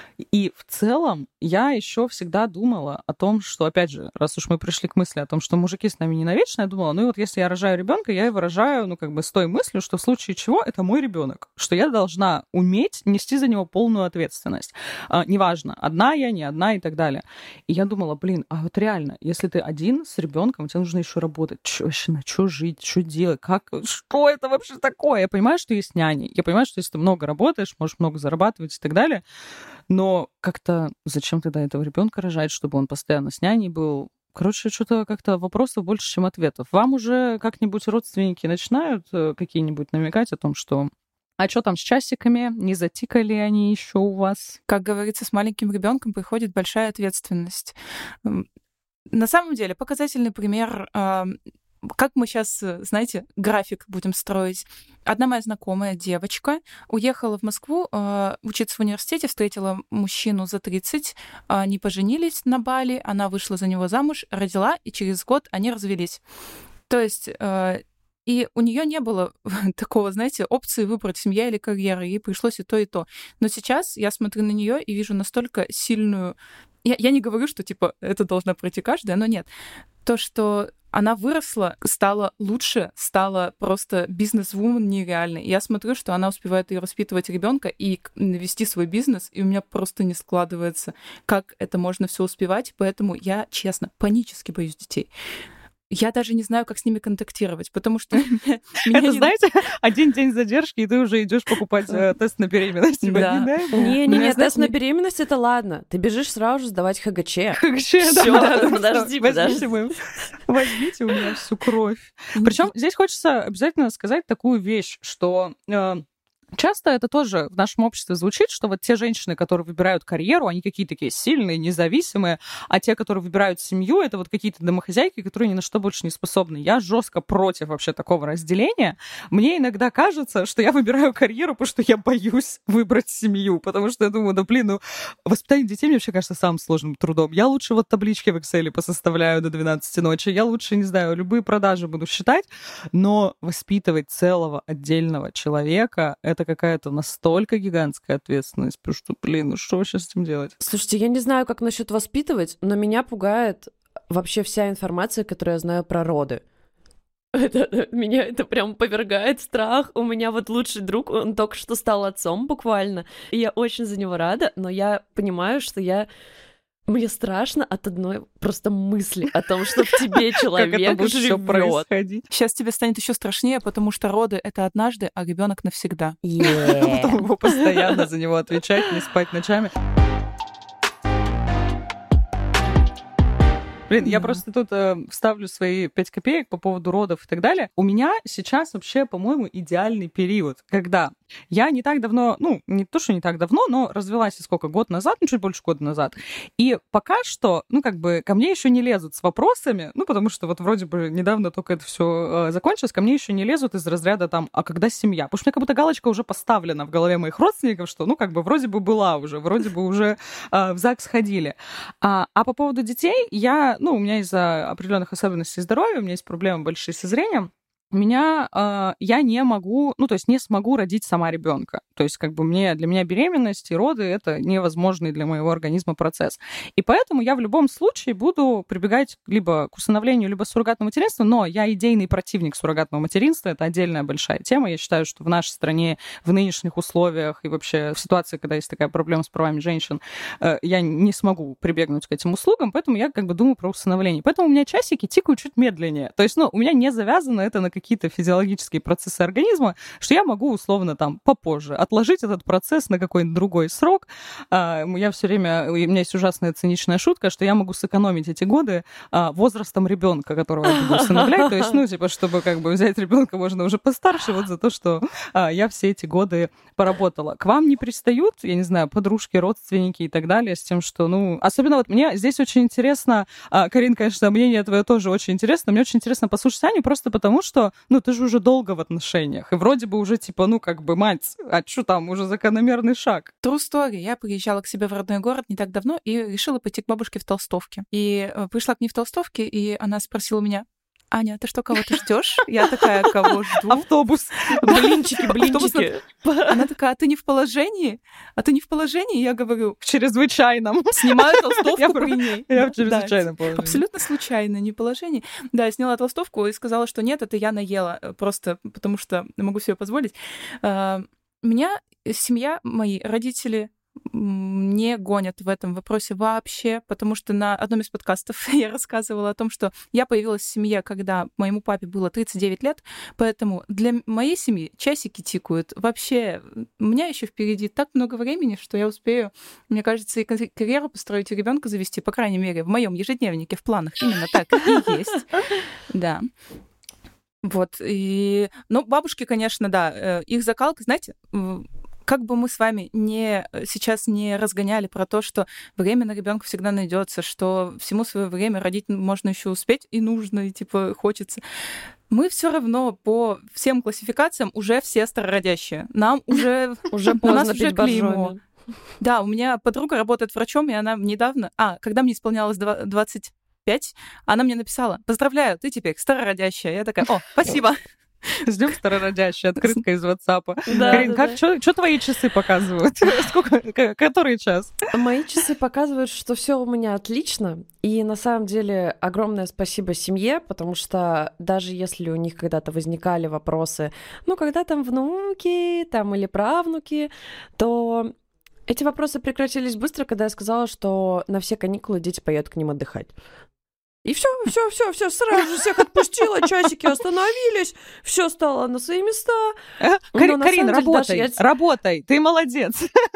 И в целом я еще всегда думала о том, что, опять же, раз уж мы пришли к мысли о том, что мужики с нами не навечно, я думала, ну и вот если я рожаю ребенка, я его рожаю, ну, как бы с той мыслью, что в случае чего это мой ребенок, что я должна уметь нести за него полную ответственность. А, неважно, одна я, не одна и так далее. И я думала, блин, а вот реально, если ты один с ребенком, тебе нужно еще работать. Чё, вообще, на что жить, что делать, как, что это вообще такое? Я понимаю, что есть няни, я понимаю, что если ты много работаешь, можешь много зарабатывать и так далее, но как-то зачем тогда этого ребенка рожать, чтобы он постоянно с няней был? Короче, что-то как-то вопросов больше, чем ответов. Вам уже как-нибудь родственники начинают какие-нибудь намекать о том, что а что там с часиками? Не затикали они еще у вас? Как говорится, с маленьким ребенком приходит большая ответственность. На самом деле, показательный пример, как мы сейчас, знаете, график будем строить. Одна моя знакомая девочка уехала в Москву учиться в университете, встретила мужчину за тридцать, они поженились на Бали, она вышла за него замуж, родила, и через год они развелись. То есть... И у нее не было такого, знаете, опции выбрать семья или карьера. Ей пришлось и то, и то. Но сейчас я смотрю на нее и вижу настолько сильную... Я, я не говорю, что, типа, это должна пройти каждая, но нет. То, что она выросла, стала лучше, стала просто бизнес-вумен нереальной. Я смотрю, что она успевает и воспитывать ребенка, и вести свой бизнес, и у меня просто не складывается, как это можно все успевать. Поэтому я, честно, панически боюсь детей. Я даже не знаю, как с ними контактировать, потому что... Это, знаете, один день задержки, и ты уже идешь покупать тест на беременность. Не-не-не, тест на беременность — это ладно. Ты бежишь сразу же сдавать ХГЧ. ХГЧ, да. Подожди, подожди. Возьмите у меня всю кровь. Причем здесь хочется обязательно сказать такую вещь, что... Часто это тоже в нашем обществе звучит, что вот те женщины, которые выбирают карьеру, они какие-то такие сильные, независимые, а те, которые выбирают семью, это вот какие-то домохозяйки, которые ни на что больше не способны. Я жестко против вообще такого разделения. Мне иногда кажется, что я выбираю карьеру, потому что я боюсь выбрать семью, потому что я думаю, да блин, ну, воспитание детей мне вообще кажется самым сложным трудом. Я лучше вот таблички в Excel посоставляю до двенадцати ночи, я лучше, не знаю, любые продажи буду считать, но воспитывать целого отдельного человека — это какая-то настолько гигантская ответственность, потому что, блин, ну что сейчас с этим делать? Слушайте, я не знаю, как насчет воспитывать, но меня пугает вообще вся информация, которую я знаю про роды. Это, меня это прям повергает в страх. У меня вот лучший друг, он только что стал отцом буквально, и я очень за него рада, но я понимаю, что я... Мне страшно от одной просто мысли о том, что в тебе человек живет. Сейчас тебе станет еще страшнее, потому что роды — это однажды, а ребенок навсегда. Потом его постоянно за него отвечать, не спать ночами. Блин, я просто тут э, вставлю свои пять копеек по поводу родов и так далее. У меня сейчас вообще, по-моему, идеальный период, когда я не так давно, ну, не то, что не так давно, но развелась сколько, год назад, ну, чуть больше года назад. И пока что, ну, как бы, ко мне еще не лезут с вопросами, ну, потому что вот вроде бы недавно только это все э, закончилось, ко мне еще не лезут из разряда там, а когда семья? Потому что у меня как будто галочка уже поставлена в голове моих родственников, что, ну, как бы, вроде бы была уже, вроде бы уже э, в ЗАГС ходили. А, а по поводу детей, я, ну, у меня из-за определенных особенностей здоровья, у меня есть проблемы большие со зрением. меня, э, я не могу, ну, то есть не смогу родить сама ребенка. То есть как бы мне, для меня беременность и роды — это невозможный для моего организма процесс. И поэтому я в любом случае буду прибегать либо к усыновлению, либо суррогатному материнству, но я идейный противник суррогатного материнства, это отдельная большая тема. Я считаю, что в нашей стране, в нынешних условиях и вообще в ситуации, когда есть такая проблема с правами женщин, э, я не смогу прибегнуть к этим услугам, поэтому я как бы думаю про усыновление. Поэтому у меня часики тикают чуть медленнее. То есть, ну, у меня не завязано это на какие-то физиологические процессы организма, что я могу условно там попозже отложить этот процесс на какой-нибудь другой срок. Я все время, у меня есть ужасная циничная шутка, что я могу сэкономить эти годы возрастом ребенка, которого я буду усыновлять. То есть, ну, типа, чтобы как бы взять ребенка можно уже постарше, вот за то, что я все эти годы поработала. К вам не пристают, я не знаю, подружки, родственники и так далее, с тем, что, ну, особенно вот мне здесь очень интересно, Карин, конечно, мнение твое тоже очень интересно, мне очень интересно послушать Аню, просто потому что, ну, ты же уже долго в отношениях, и вроде бы уже, типа, ну, как бы, мать, а что там, уже закономерный шаг. True story. Я приезжала к себе в родной город не так давно и решила пойти к бабушке в Толстовке. И пришла к ней в Толстовке, и она спросила меня: Аня, ты что, кого-то ждешь? Я такая: кого жду? Автобус. Блинчики, блинчики. Она такая: а ты не в положении? А ты не в положении? Я говорю: в чрезвычайном. Снимаю толстовку при ней. Я в чрезвычайном положении. Абсолютно случайно, не положение. Да, я сняла толстовку и сказала, что нет, это я наела, просто потому что могу себе позволить. Меня семья, мои родители не гонят в этом вопросе вообще, потому что на одном из подкастов я рассказывала о том, что я появилась в семье, когда моему папе было тридцать девять лет, поэтому для моей семьи часики тикают. Вообще, у меня еще впереди так много времени, что я успею, мне кажется, и карьеру построить, и ребенка завести, по крайней мере, в моем ежедневнике, в планах. Именно так и есть. Да. Вот. И... Ну, бабушки, конечно, да, их закалка, знаете, как бы мы с вами не, сейчас не разгоняли про то, что время на ребенка всегда найдется, что всему свое время родить можно еще успеть и нужно, и типа хочется. Мы все равно по всем классификациям уже все старородящие. Нам уже уже поздно пить боржоми. Да, у меня подруга работает врачом, и она недавно, а, когда мне исполнялось двадцать пять, она мне написала: поздравляю, ты теперь старородящая. Я такая: о, спасибо. Ждем старородящая, открытка из WhatsApp. Да, Карин, да, как, да. Что твои часы показывают? Сколько, который час? Мои часы показывают, что все у меня отлично. И на самом деле огромное спасибо семье, потому что даже если у них когда-то возникали вопросы, ну, когда там внуки, там или правнуки, то эти вопросы прекратились быстро, когда я сказала, что на все каникулы дети поедут к ним отдыхать. И все, все, все, все, сразу же всех отпустила, часики остановились, все стало на свои места. Карин, Карин, работай, Даша, я... работай, ты молодец.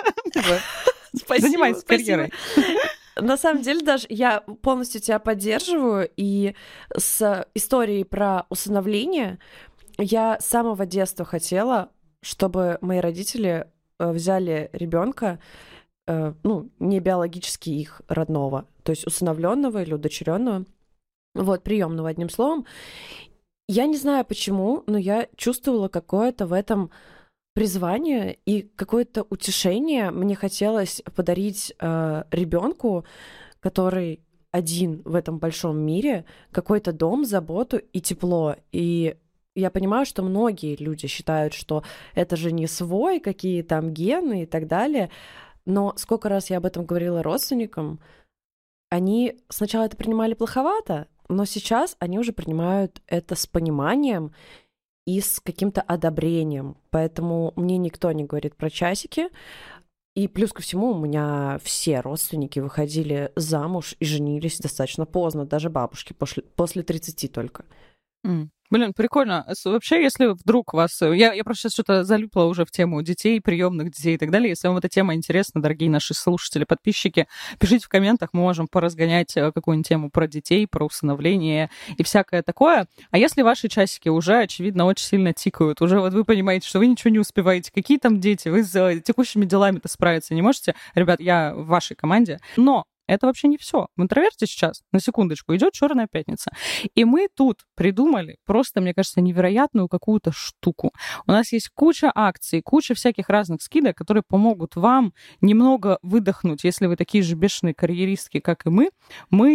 Занимайся карьерой. На самом деле, Даш, я полностью тебя поддерживаю, и с историей про усыновление я с самого детства хотела, чтобы мои родители взяли ребенка, ну, не биологически их родного, то есть усыновленного или удочеренного, вот, приемного, одним словом. Я не знаю почему, но я чувствовала какое-то в этом призвание и какое-то утешение. Мне хотелось подарить э, ребенку, который один в этом большом мире, какой-то дом, заботу и тепло. И я понимаю, что многие люди считают, что это же не свой, какие там гены и так далее. Но сколько раз я об этом говорила родственникам, они сначала это принимали плоховато, но сейчас они уже принимают это с пониманием и с каким-то одобрением. Поэтому мне никто не говорит про часики. И плюс ко всему у меня все родственники выходили замуж и женились достаточно поздно, даже бабушки после, после тридцати только. Mm. Блин, прикольно. Вообще, если вдруг вас... Я, я просто сейчас что-то залипла уже в тему детей, приемных детей и так далее. Если вам эта тема интересна, дорогие наши слушатели, подписчики, пишите в комментах, мы можем поразгонять какую-нибудь тему про детей, про усыновление и всякое такое. А если ваши часики уже, очевидно, очень сильно тикают, уже вот вы понимаете, что вы ничего не успеваете, какие там дети, вы с текущими делами-то справиться не можете, ребят, я в вашей команде. Но это вообще не все. В интроверте сейчас, на секундочку, идет Черная пятница. И мы тут придумали просто, мне кажется, невероятную какую-то штуку. У нас есть куча акций, куча всяких разных скидок, которые помогут вам немного выдохнуть, если вы такие же бешеные карьеристки, как и мы. Мы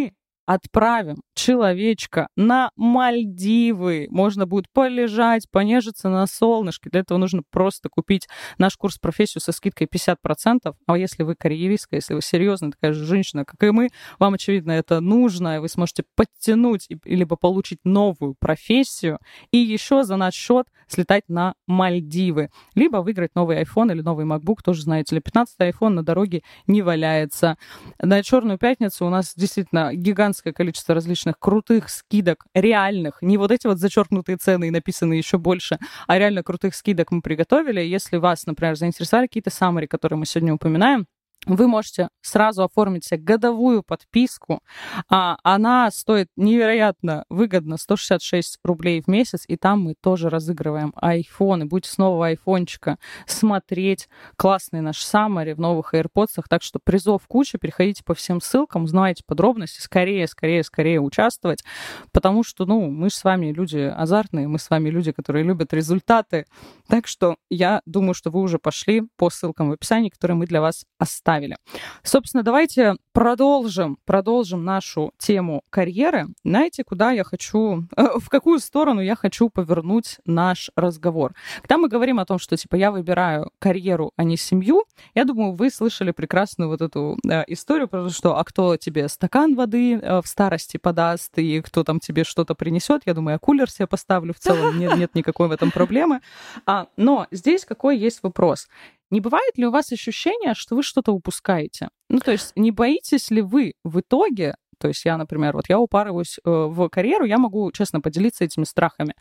отправим человечка на Мальдивы. Можно будет полежать, понежиться на солнышке. Для этого нужно просто купить наш курс «Профессию» со скидкой пятьдесят процентов. А если вы карьеристка, если вы серьезная такая же женщина, как и мы, вам, очевидно, это нужно, и вы сможете подтянуть либо получить новую профессию и еще за наш счет слетать на Мальдивы. Либо выиграть новый iPhone или новый MacBook, тоже, знаете ли, пятнадцатый iPhone на дороге не валяется. На Черную пятницу у нас действительно гигантское количество различных крутых скидок, реальных, не вот эти вот зачеркнутые цены и написанные еще больше, а реально крутых скидок мы приготовили. Если вас, например, заинтересовали какие-то саммари, которые мы сегодня упоминаем, вы можете сразу оформить себе годовую подписку. А, она стоит невероятно выгодно, сто шестьдесят шесть рублей в месяц, и там мы тоже разыгрываем айфоны. Будете с нового айфончика смотреть классный наш саммари в новых AirPods. Так что призов куча, переходите по всем ссылкам, узнавайте подробности, скорее, скорее, скорее участвовать, потому что, ну, мы же с вами люди азартные, мы с вами люди, которые любят результаты. Так что я думаю, что вы уже пошли по ссылкам в описании, которые мы для вас оставили. Собственно, давайте продолжим, продолжим нашу тему карьеры. Знаете, куда я хочу, в какую сторону я хочу повернуть наш разговор? Когда мы говорим о том, что, типа, я выбираю карьеру, а не семью, я думаю, вы слышали прекрасную вот эту э, историю про то, что а кто тебе стакан воды э, в старости подаст, и кто там тебе что-то принесет. Я думаю, я кулер себе поставлю в целом, нет, нет никакой в этом проблемы. А, но здесь какой есть вопрос? Не бывает ли у вас ощущение, что вы что-то упускаете? Ну, то есть не боитесь ли вы в итоге, то есть я, например, вот я упарываюсь э, в карьеру, я могу, честно, поделиться этими страхами.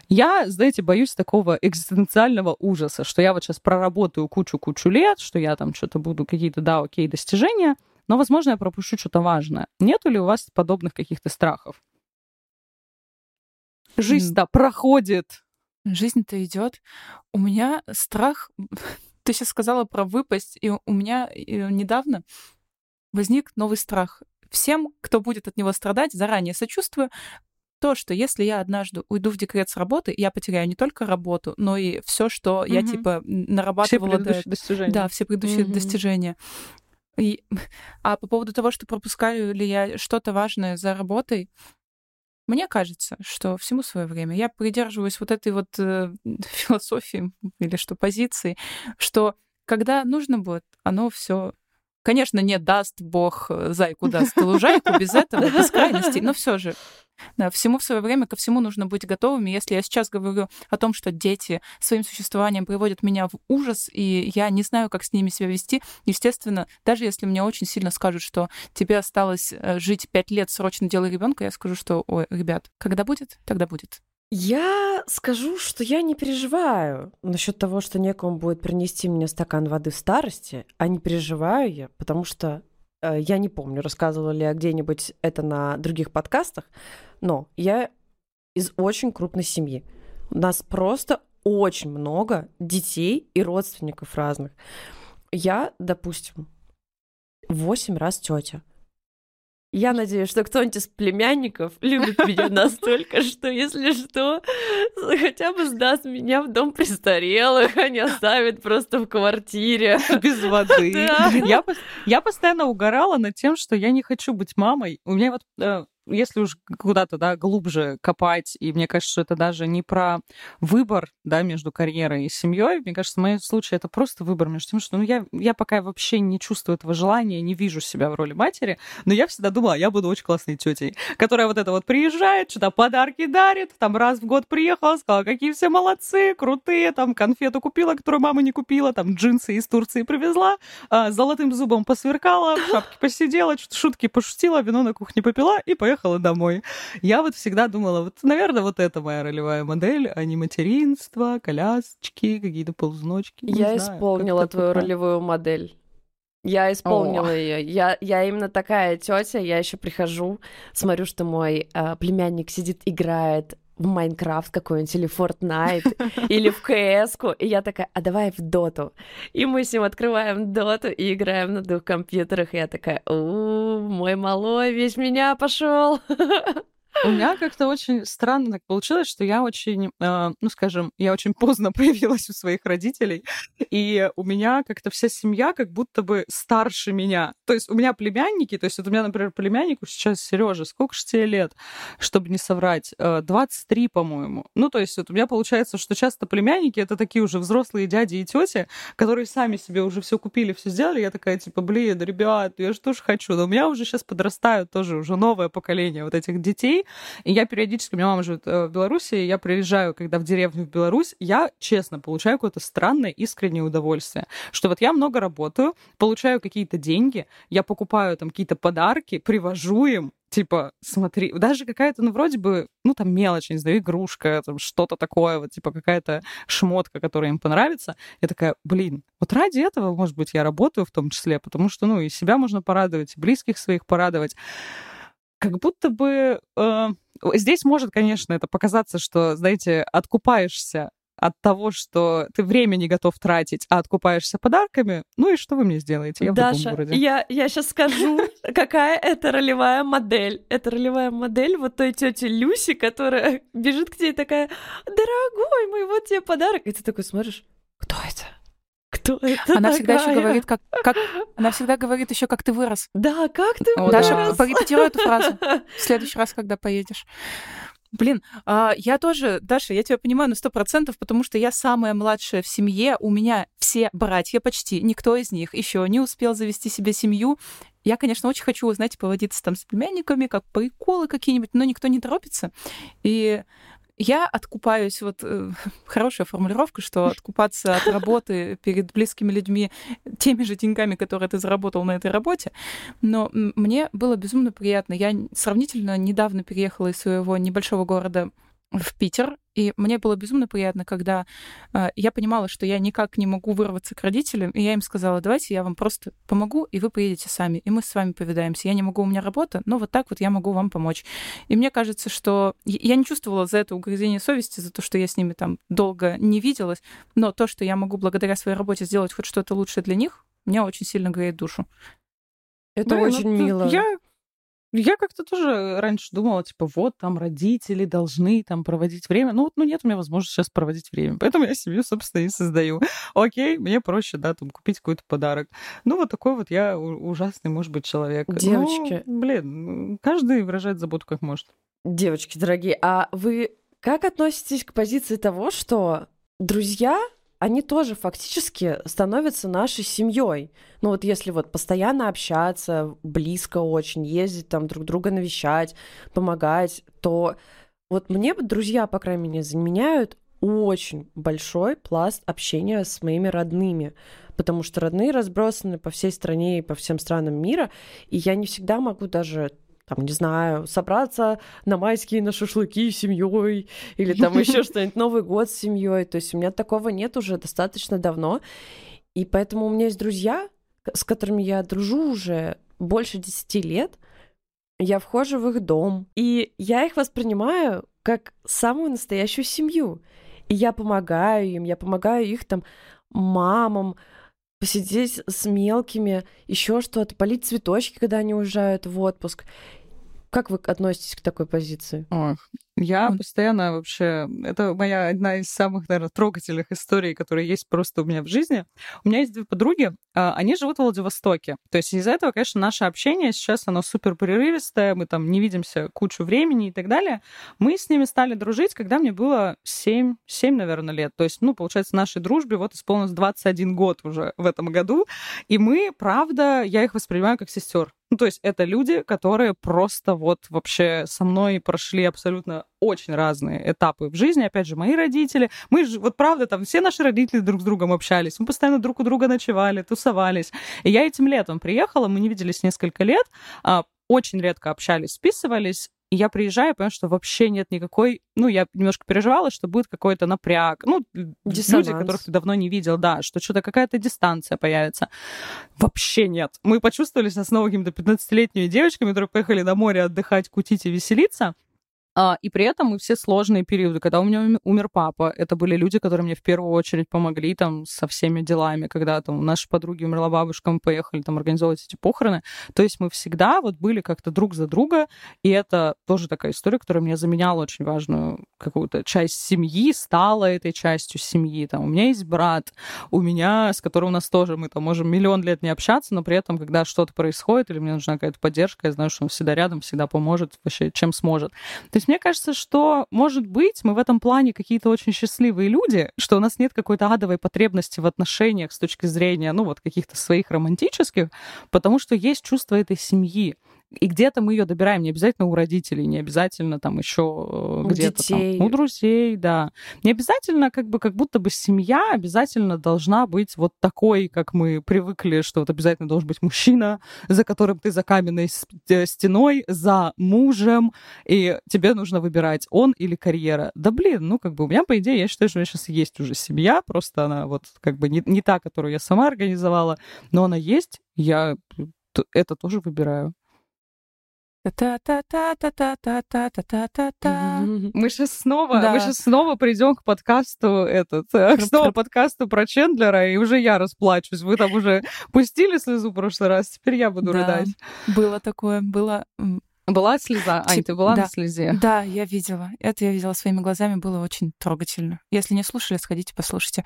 Я, знаете, боюсь такого экзистенциального ужаса, что я вот сейчас проработаю кучу-кучу лет, что я там что-то буду, какие-то, да, окей, достижения, но, возможно, я пропущу что-то важное. Нету ли у вас подобных каких-то страхов? Жизнь-то mm. проходит. Жизнь-то идет. У меня страх... Ты сейчас сказала про выпасть, и у меня недавно возник новый страх. Всем, кто будет от него страдать, заранее сочувствую. То, что если я однажды уйду в декрет с работы, я потеряю не только работу, но и все, что угу. я, типа, нарабатывала... Все предыдущие до... достижения. Да, все предыдущие угу. достижения. И... А по поводу того, что пропускаю ли я что-то важное за работой, мне кажется, что всему свое время. Я придерживаюсь вот этой вот э, философии или что позиции, что когда нужно будет, оно все, конечно, не даст Бог зайку даст лужайку, без этого, без крайностей, но все же. Да, всему в свое время, ко всему нужно быть готовыми. Если я сейчас говорю о том, что дети своим существованием приводят меня в ужас, и я не знаю, как с ними себя вести, естественно, даже если мне очень сильно скажут, что тебе осталось жить пять лет, срочно делай ребенка, я скажу, что, ой, ребят, когда будет, тогда будет. Я скажу, что я не переживаю насчет того, что некому будет принести мне стакан воды в старости, а не переживаю я, потому что э, я не помню, рассказывала ли я где-нибудь это на других подкастах, но я из очень крупной семьи. У нас просто очень много детей и родственников разных. Я, допустим, восемь раз тетя. Я надеюсь, что кто-нибудь из племянников любит меня настолько, что, если что, хотя бы сдаст меня в дом престарелых, а не оставит просто в квартире. Без воды. Да. Я, я постоянно угорала над тем, что я не хочу быть мамой. У меня вот... Если уж куда-то, да, глубже копать, и мне кажется, что это даже не про выбор, да, между карьерой и семьей. Мне кажется, в моем случае это просто выбор между тем, что ну, я, я пока вообще не чувствую этого желания, не вижу себя в роли матери, но я всегда думала, я буду очень классной тетей, которая вот это вот приезжает, что-то подарки дарит, там раз в год приехала, сказала, какие все молодцы, крутые, там конфету купила, которую мама не купила, там джинсы из Турции привезла, золотым зубом посверкала, в шапке посидела, шутки пошутила, вино на кухне попила и поехала домой. Я вот всегда думала, вот, наверное, вот это моя ролевая модель, а не материнство, колясочки, какие-то ползночки. Я знаю, исполнила твою пока. ролевую модель. Я исполнила ее. Я, я именно такая тетя. Я еще прихожу, смотрю, что мой э, племянник сидит, играет в Майнкрафт какой-нибудь, или Fortnite, или в КС-ку, и я такая, а давай в Доту. И мы с ним открываем Доту и играем на двух компьютерах, и я такая, у мой малой весь меня пошел. У меня как-то очень странно так получилось, что я очень, э, ну, скажем, я очень поздно появилась у своих родителей, и у меня как-то вся семья как будто бы старше меня. То есть у меня племянники, то есть вот у меня, например, племяннику сейчас Сережа, сколько же тебе лет, чтобы не соврать, э, двадцать три, по-моему. Ну, то есть вот у меня получается, что часто племянники — это такие уже взрослые дяди и тети, которые сами себе уже все купили, все сделали. Я такая, типа, блин, ребят, я же тоже хочу. Но у меня уже сейчас подрастают тоже уже новое поколение вот этих детей. И я периодически, у меня мама живет в Беларуси, я приезжаю, когда в деревню в Беларусь, я, честно, получаю какое-то странное, искреннее удовольствие. Что вот я много работаю, получаю какие-то деньги, я покупаю там какие-то подарки, привожу им, типа, смотри, даже какая-то, ну, вроде бы, ну, там, мелочь, не знаю, игрушка, там, что-то такое, вот, типа, какая-то шмотка, которая им понравится. Я такая, блин, вот ради этого, может быть, я работаю в том числе, потому что, ну, и себя можно порадовать, и близких своих порадовать. Как будто бы э, здесь может, конечно, это показаться, что, знаете, откупаешься от того, что ты время не готов тратить, а откупаешься подарками. Ну и что вы мне сделаете? Я Даша, в другом городе. я, я сейчас скажу, какая это ролевая модель. Это ролевая модель вот той тети Люси, которая бежит к тебе и такая, дорогой мой, вот тебе подарок. И ты такой смотришь, кто это? Кто это Она всегда такая? еще говорит, как, как... Она всегда говорит еще, как ты вырос. Да, как ты О, вырос? Даша, порепетируй эту фразу в следующий раз, когда поедешь. Блин, а, я тоже, Даша, я тебя понимаю на сто процентов, потому что я самая младшая в семье, у меня все братья почти, никто из них еще не успел завести себе семью. Я, конечно, очень хочу, знаете, поводиться там с племянниками, как приколы какие-нибудь, но никто не торопится. И я откупаюсь, вот э, хорошая формулировка, что откупаться от работы перед близкими людьми теми же деньгами, которые ты заработал на этой работе. Но м- мне было безумно приятно. Я сравнительно недавно переехала из своего небольшого города в Питер, и мне было безумно приятно, когда э, я понимала, что я никак не могу вырваться к родителям, и я им сказала, давайте я вам просто помогу, и вы поедете сами, и мы с вами повидаемся. Я не могу, у меня работа, но вот так вот я могу вам помочь. И мне кажется, что я не чувствовала за это угрызение совести, за то, что я с ними там долго не виделась, но то, что я могу благодаря своей работе сделать хоть что-то лучшее для них, мне очень сильно греет душу. Это Блин, очень ну, мило. Я, я как-то тоже раньше думала, типа, вот там родители должны там проводить время. Ну, вот, ну нет у меня возможности сейчас проводить время. Поэтому я семью, собственно, и создаю. Окей, мне проще, да, там, купить какой-то подарок. Ну, вот такой вот я у- ужасный, может быть, человек. Девочки. Ну, блин, каждый выражает заботу как может. Девочки дорогие, а вы как относитесь к позиции того, что друзья, они тоже фактически становятся нашей семьей? Ну вот если вот постоянно общаться, близко очень, ездить там друг друга навещать, помогать, то вот мне друзья, по крайней мере, заменяют очень большой пласт общения с моими родными, потому что родные разбросаны по всей стране и по всем странам мира, и я не всегда могу даже там, не знаю, собраться на майские, на шашлыки с семьей или там еще что-нибудь, Новый год с семьей. То есть у меня такого нет уже достаточно давно. И поэтому у меня есть друзья, с которыми я дружу уже больше десяти лет. Я вхожу в их дом, и я их воспринимаю как самую настоящую семью. И я помогаю им, я помогаю их там мамам, посидеть с мелкими, еще что-то, полить цветочки, когда они уезжают в отпуск. Как вы относитесь к такой позиции? Ох, я Он- постоянно вообще... Это моя одна из самых, наверное, трогательных историй, которые есть просто у меня в жизни. У меня есть две подруги, а, они живут в Владивостоке. То есть из-за этого, конечно, наше общение сейчас, оно супер прерывистое, мы там не видимся кучу времени и так далее. Мы с ними стали дружить, когда мне было семь, семь, наверное, лет. То есть, ну, получается, нашей дружбе вот исполнилось двадцать один год уже в этом году. И мы, правда, я их воспринимаю как сестер. Ну, то есть это люди, которые просто вот вообще со мной прошли абсолютно очень разные этапы в жизни. Опять же, мои родители. Мы же, вот правда, там все наши родители друг с другом общались. Мы постоянно друг у друга ночевали, тусовались. И я этим летом приехала, мы не виделись несколько лет, а, очень редко общались, списывались. И я приезжаю, понимаю, что вообще нет никакой... Ну, я немножко переживала, что будет какой-то напряг. Ну, Диссонанс. люди, которых ты давно не видел, да, что что-то какая-то дистанция появится. Вообще нет. Мы почувствовали себя снова какими-то пятнадцатилетними девочками, которые поехали на море отдыхать, кутить и веселиться. А, и при этом мы все сложные периоды. Когда у меня умер папа, это были люди, которые мне в первую очередь помогли там со всеми делами. Когда там у нашей подруги умерла бабушка, мы поехали там организовывать эти похороны. То есть мы всегда вот были как-то друг за друга, и это тоже такая история, которая мне заменяла очень важную какую-то часть семьи, стала этой частью семьи. Там у меня есть брат, у меня, с которым у нас тоже, мы там можем миллион лет не общаться, но при этом, когда что-то происходит, или мне нужна какая-то поддержка, я знаю, что он всегда рядом, всегда поможет, вообще чем сможет. То есть мне кажется, что, может быть, мы в этом плане какие-то очень счастливые люди, что у нас нет какой-то адовой потребности в отношениях с точки зрения, ну, вот каких-то своих романтических, потому что есть чувство этой семьи. И где-то мы ее добираем, не обязательно у родителей, не обязательно там еще где-то детей. там у друзей, да. Не обязательно, как бы, как будто бы семья обязательно должна быть вот такой, как мы привыкли, что вот обязательно должен быть мужчина, за которым ты за каменной стеной, за мужем, и тебе нужно выбирать, он или карьера. Да блин, ну как бы у меня, по идее, я считаю, что у меня сейчас есть уже семья, просто она вот как бы не, не та, которую я сама организовала, но она есть, я это тоже выбираю. Та-та-та-та-та-та-та-та-та-та. Мы сейчас снова, Да. мы сейчас снова придем к подкасту этот, к снова подкасту про Чендлера, и уже я расплачусь. Вы там уже пустили слезу в прошлый раз, теперь я буду Да. рыдать. Было такое, было... м, Была слеза? Ань, Тип- ты была да. на слезе? Да, я видела. Это я видела своими глазами, было очень трогательно. Если не слушали, сходите, послушайте.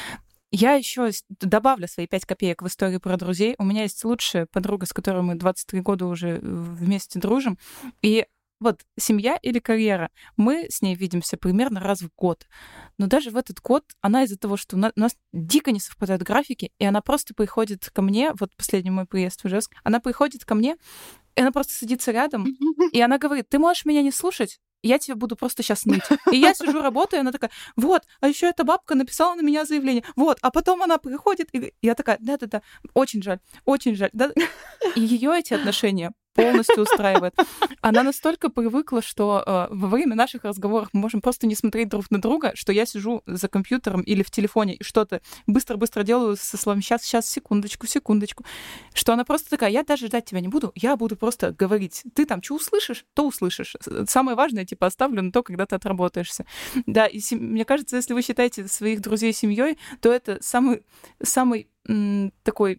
Я еще добавлю свои пять копеек в историю про друзей. У меня есть лучшая подруга, с которой мы двадцать три года уже вместе дружим. И вот семья или карьера. Мы с ней видимся примерно раз в год. Но даже в этот год она из-за того, что у на- у нас дико не совпадают графики, и она просто приходит ко мне, вот последний мой приезд в Ижевск, она приходит ко мне, и она просто садится рядом, и она говорит: ты можешь меня не слушать? Я тебе буду просто сейчас ныть. И я сижу, работаю, и она такая: вот, а еще эта бабка написала на меня заявление. Вот, а потом она приходит, и я такая: да-да-да, очень жаль, очень жаль. Да? И ее эти отношения полностью устраивает. Она настолько привыкла, что э, во время наших разговоров мы можем просто не смотреть друг на друга, что я сижу за компьютером или в телефоне и что-то быстро-быстро делаю со словами «сейчас, сейчас, секундочку, секундочку», что она просто такая: я даже ждать тебя не буду, я буду просто говорить. Ты там что услышишь, то услышишь. Самое важное, типа, оставлю на то, когда ты отработаешься. Да, и сем... мне кажется, если вы считаете своих друзей семьей, то это самый, самый м- такой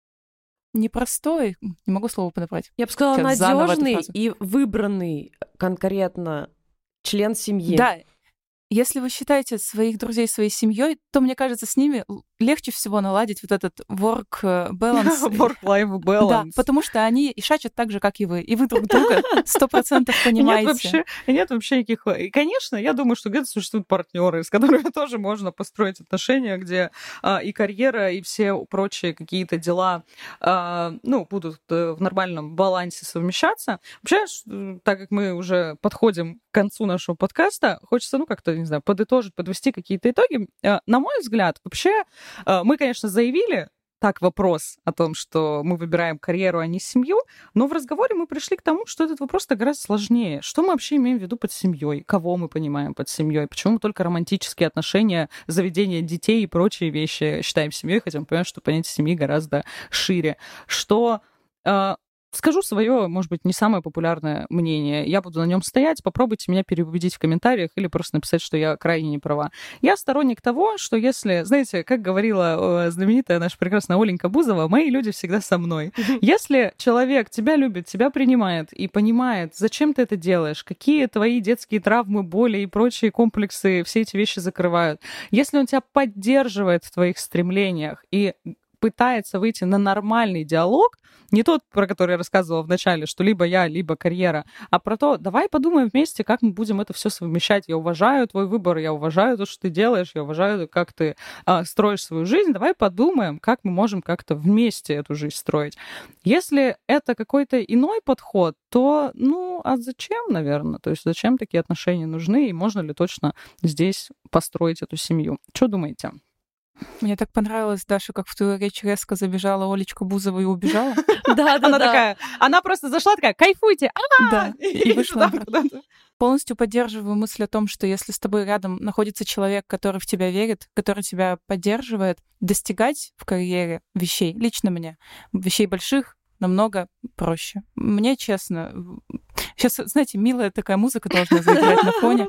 непростой, не могу слово подобрать. Я бы сказала, Сейчас заново эту надежный фразу. и выбранный конкретно член семьи. Да, если вы считаете своих друзей своей семьей, то, мне кажется, с ними л- легче всего наладить вот этот work э, balance. Work-life balance. Да, потому что они и шачат так же, как и вы. И вы друг друга сто процентов И Нет понимаете. вообще, и нет вообще никаких... И, конечно, я думаю, что где-то существуют партнеры, с которыми тоже можно построить отношения, где а, и карьера, и все прочие какие-то дела, а, ну, будут э, в нормальном балансе совмещаться. Вообще, ш- так как мы уже подходим к концу нашего подкаста, хочется, ну, как-то, не знаю, подытожить, подвести какие-то итоги. А, на мой взгляд, вообще, а, мы, конечно, заявили так вопрос о том, что мы выбираем карьеру, а не семью, но в разговоре мы пришли к тому, что этот вопрос гораздо сложнее. Что мы вообще имеем в виду под семьей? Кого мы понимаем под семьей? Почему мы только романтические отношения, заведение детей и прочие вещи считаем семьей, хотя мы понимаем, что понятие семьи гораздо шире. Что э, Скажу свое, может быть, не самое популярное мнение. Я буду на нем стоять. Попробуйте меня переубедить в комментариях или просто написать, что я крайне не права. Я сторонник того, что если, знаете, как говорила э, знаменитая наша прекрасная Оленька Бузова, мои люди всегда со мной. Если человек тебя любит, тебя принимает и понимает, зачем ты это делаешь, какие твои детские травмы, боли и прочие комплексы все эти вещи закрывают, если он тебя поддерживает в твоих стремлениях и пытается выйти на нормальный диалог, не тот, про который я рассказывала в начале, что либо я, либо карьера, а про то, давай подумаем вместе, как мы будем это все совмещать. Я уважаю твой выбор, я уважаю то, что ты делаешь, я уважаю, как ты а, строишь свою жизнь. Давай подумаем, как мы можем как-то вместе эту жизнь строить. Если это какой-то иной подход, то, ну, а зачем, наверное? То есть зачем такие отношения нужны, и можно ли точно здесь построить эту семью? Что думаете? Мне так понравилось, Даша, как в твою речь резко забежала Олечка Бузова и убежала. Да, да, Она да. такая, она просто зашла такая: кайфуйте, Да, и вышла туда обратно. куда-то. Полностью поддерживаю мысль о том, что если с тобой рядом находится человек, который в тебя верит, который тебя поддерживает, достигать в карьере вещей, лично мне, вещей больших, намного проще. Мне, честно, Сейчас, знаете, милая такая музыка должна заиграть на фоне.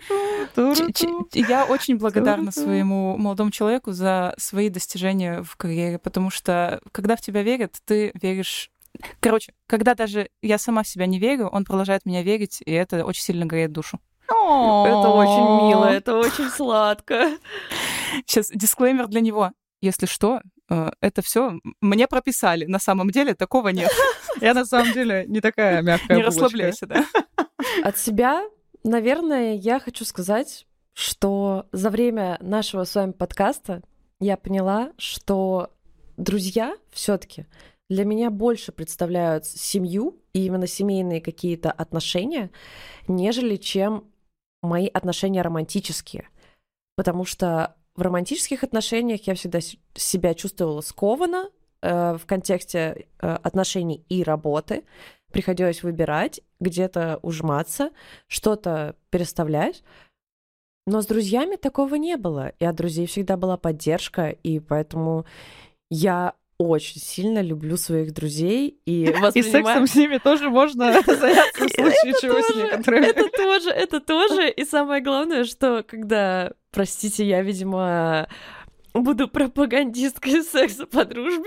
Я очень благодарна своему молодому человеку за свои достижения в карьере, потому что когда в тебя верят, ты веришь... Короче, когда даже я сама в себя не верю, он продолжает меня верить, и это очень сильно греет душу. Это очень мило, это очень сладко. Сейчас дисклеймер для него. Если что, это все мне прописали. На самом деле такого нет. Я на самом деле не такая мягкая булочка. Не расслабляйся, да. От себя, наверное, я хочу сказать, что за время нашего с вами подкаста я поняла, что друзья все-таки для меня больше представляют семью и именно семейные какие-то отношения, нежели чем мои отношения романтические. Потому что в романтических отношениях я всегда себя чувствовала скованно э, в контексте э, отношений и работы. Приходилось выбирать, где-то ужиматься, что-то переставлять. Но с друзьями такого не было. И от друзей всегда была поддержка, и поэтому я очень сильно люблю своих друзей и воспринимаю... И сексом с ними тоже можно заняться в случае чего с некоторыми. Это тоже, это тоже. И самое главное, что когда, простите, я, видимо, буду пропагандисткой секса по дружбе,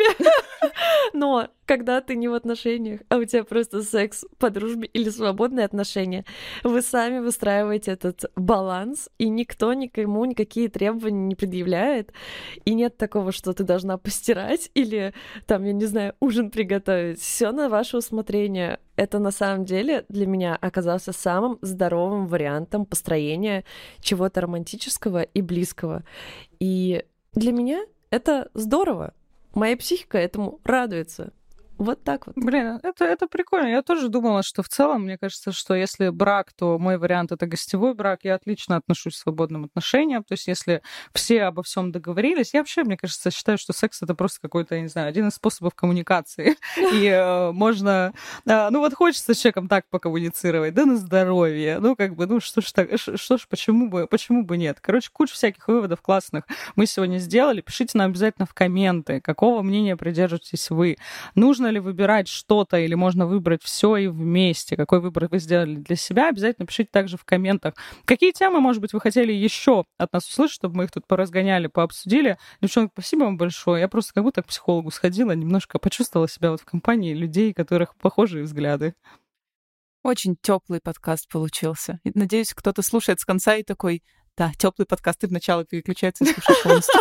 но когда ты не в отношениях, а у тебя просто секс по дружбе или свободные отношения, вы сами выстраиваете этот баланс, и никто никому никакие требования не предъявляет, и нет такого, что ты должна постирать или, там, я не знаю, ужин приготовить. Все на ваше усмотрение. Это на самом деле для меня оказался самым здоровым вариантом построения чего-то романтического и близкого. И для меня это здорово. Моя психика этому радуется. Вот так вот. Блин, это, это прикольно. Я тоже думала, что в целом, мне кажется, что если брак, то мой вариант — это гостевой брак. Я отлично отношусь к свободным отношениям. То есть если все обо всем договорились, я вообще, мне кажется, считаю, что секс — это просто какой-то, я не знаю, один из способов коммуникации. И э, можно... Э, ну вот хочется с человеком так покоммуницировать, да на здоровье. Ну как бы, ну что ж так, что ж, почему бы, почему бы нет? Короче, куча всяких выводов классных мы сегодня сделали. Пишите нам обязательно в комменты, какого мнения придерживаетесь вы. Нужно ли выбирать что-то или можно выбрать все и вместе? Какой выбор вы сделали для себя? Обязательно пишите также в комментах. Какие темы, может быть, вы хотели еще от нас услышать, чтобы мы их тут поразгоняли, пообсудили? Девчонки, спасибо вам большое. Я просто как будто к психологу сходила, немножко почувствовала себя вот в компании людей, у которых похожие взгляды. Очень теплый подкаст получился. Надеюсь, кто-то слушает с конца и такой: да, теплый подкаст, и вначале переключается и слушает полностью.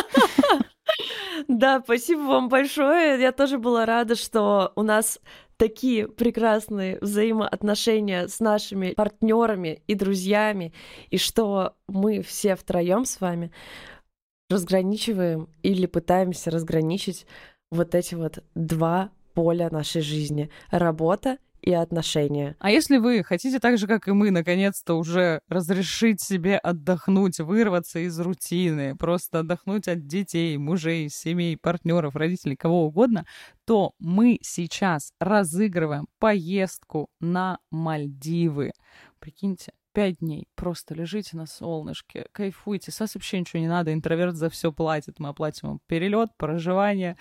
Да, спасибо вам большое. Я тоже была рада, что у нас такие прекрасные взаимоотношения с нашими партнерами и друзьями, и что мы все втроем с вами разграничиваем или пытаемся разграничить вот эти вот два поля нашей жизни — работа и отношения. А если вы хотите так же, как и мы, наконец-то уже разрешить себе отдохнуть, вырваться из рутины, просто отдохнуть от детей, мужей, семей, партнеров, родителей, кого угодно, то мы сейчас разыгрываем поездку на Мальдивы. Прикиньте, пять дней. Просто лежите на солнышке, кайфуйте. С вас вообще ничего не надо, интроверт за все платит. Мы оплатим вам перелет, проживание.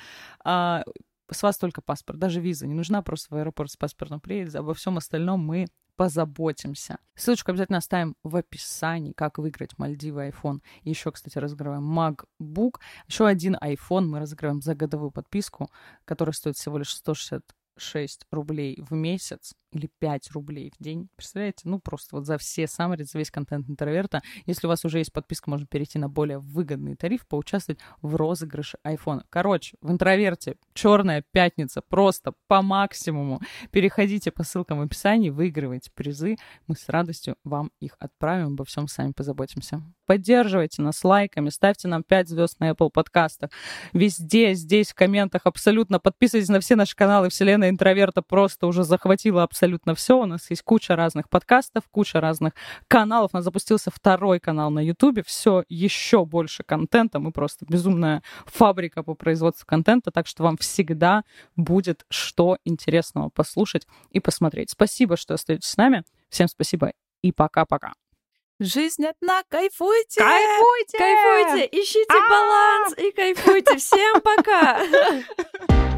А с вас только паспорт, даже виза не нужна, просто в аэропорт с паспортом приедете, обо всем остальном мы позаботимся. Ссылочку обязательно оставим в описании, как выиграть Мальдивы iPhone. Еще, кстати, разыгрываем MacBook. Еще один iPhone мы разыгрываем за годовую подписку, которая стоит всего лишь сто шестьдесят шесть рублей в месяц или пять рублей в день. Представляете? Ну, просто вот за все саммари, за весь контент интроверта. Если у вас уже есть подписка, можно перейти на более выгодный тариф, поучаствовать в розыгрыше айфона. Короче, в интроверте черная пятница просто по максимуму. Переходите по ссылкам в описании, выигрывайте призы. Мы с радостью вам их отправим, обо всем сами позаботимся. Поддерживайте нас лайками, ставьте нам пять звезд на Apple подкастах. Везде, здесь, в комментах абсолютно. Подписывайтесь на все наши каналы. Вселенная интроверта просто уже захватила абсолютно все. У нас есть куча разных подкастов, куча разных каналов. У нас запустился второй канал на Ютубе. Все еще больше контента. Мы просто безумная фабрика по производству контента. Так что вам всегда будет что интересного послушать и посмотреть. Спасибо, что остаетесь с нами. Всем спасибо и пока-пока. Жизнь одна, кайфуйте! Кайфуйте! Кайфуйте! Ищите баланс и кайфуйте! Всем пока!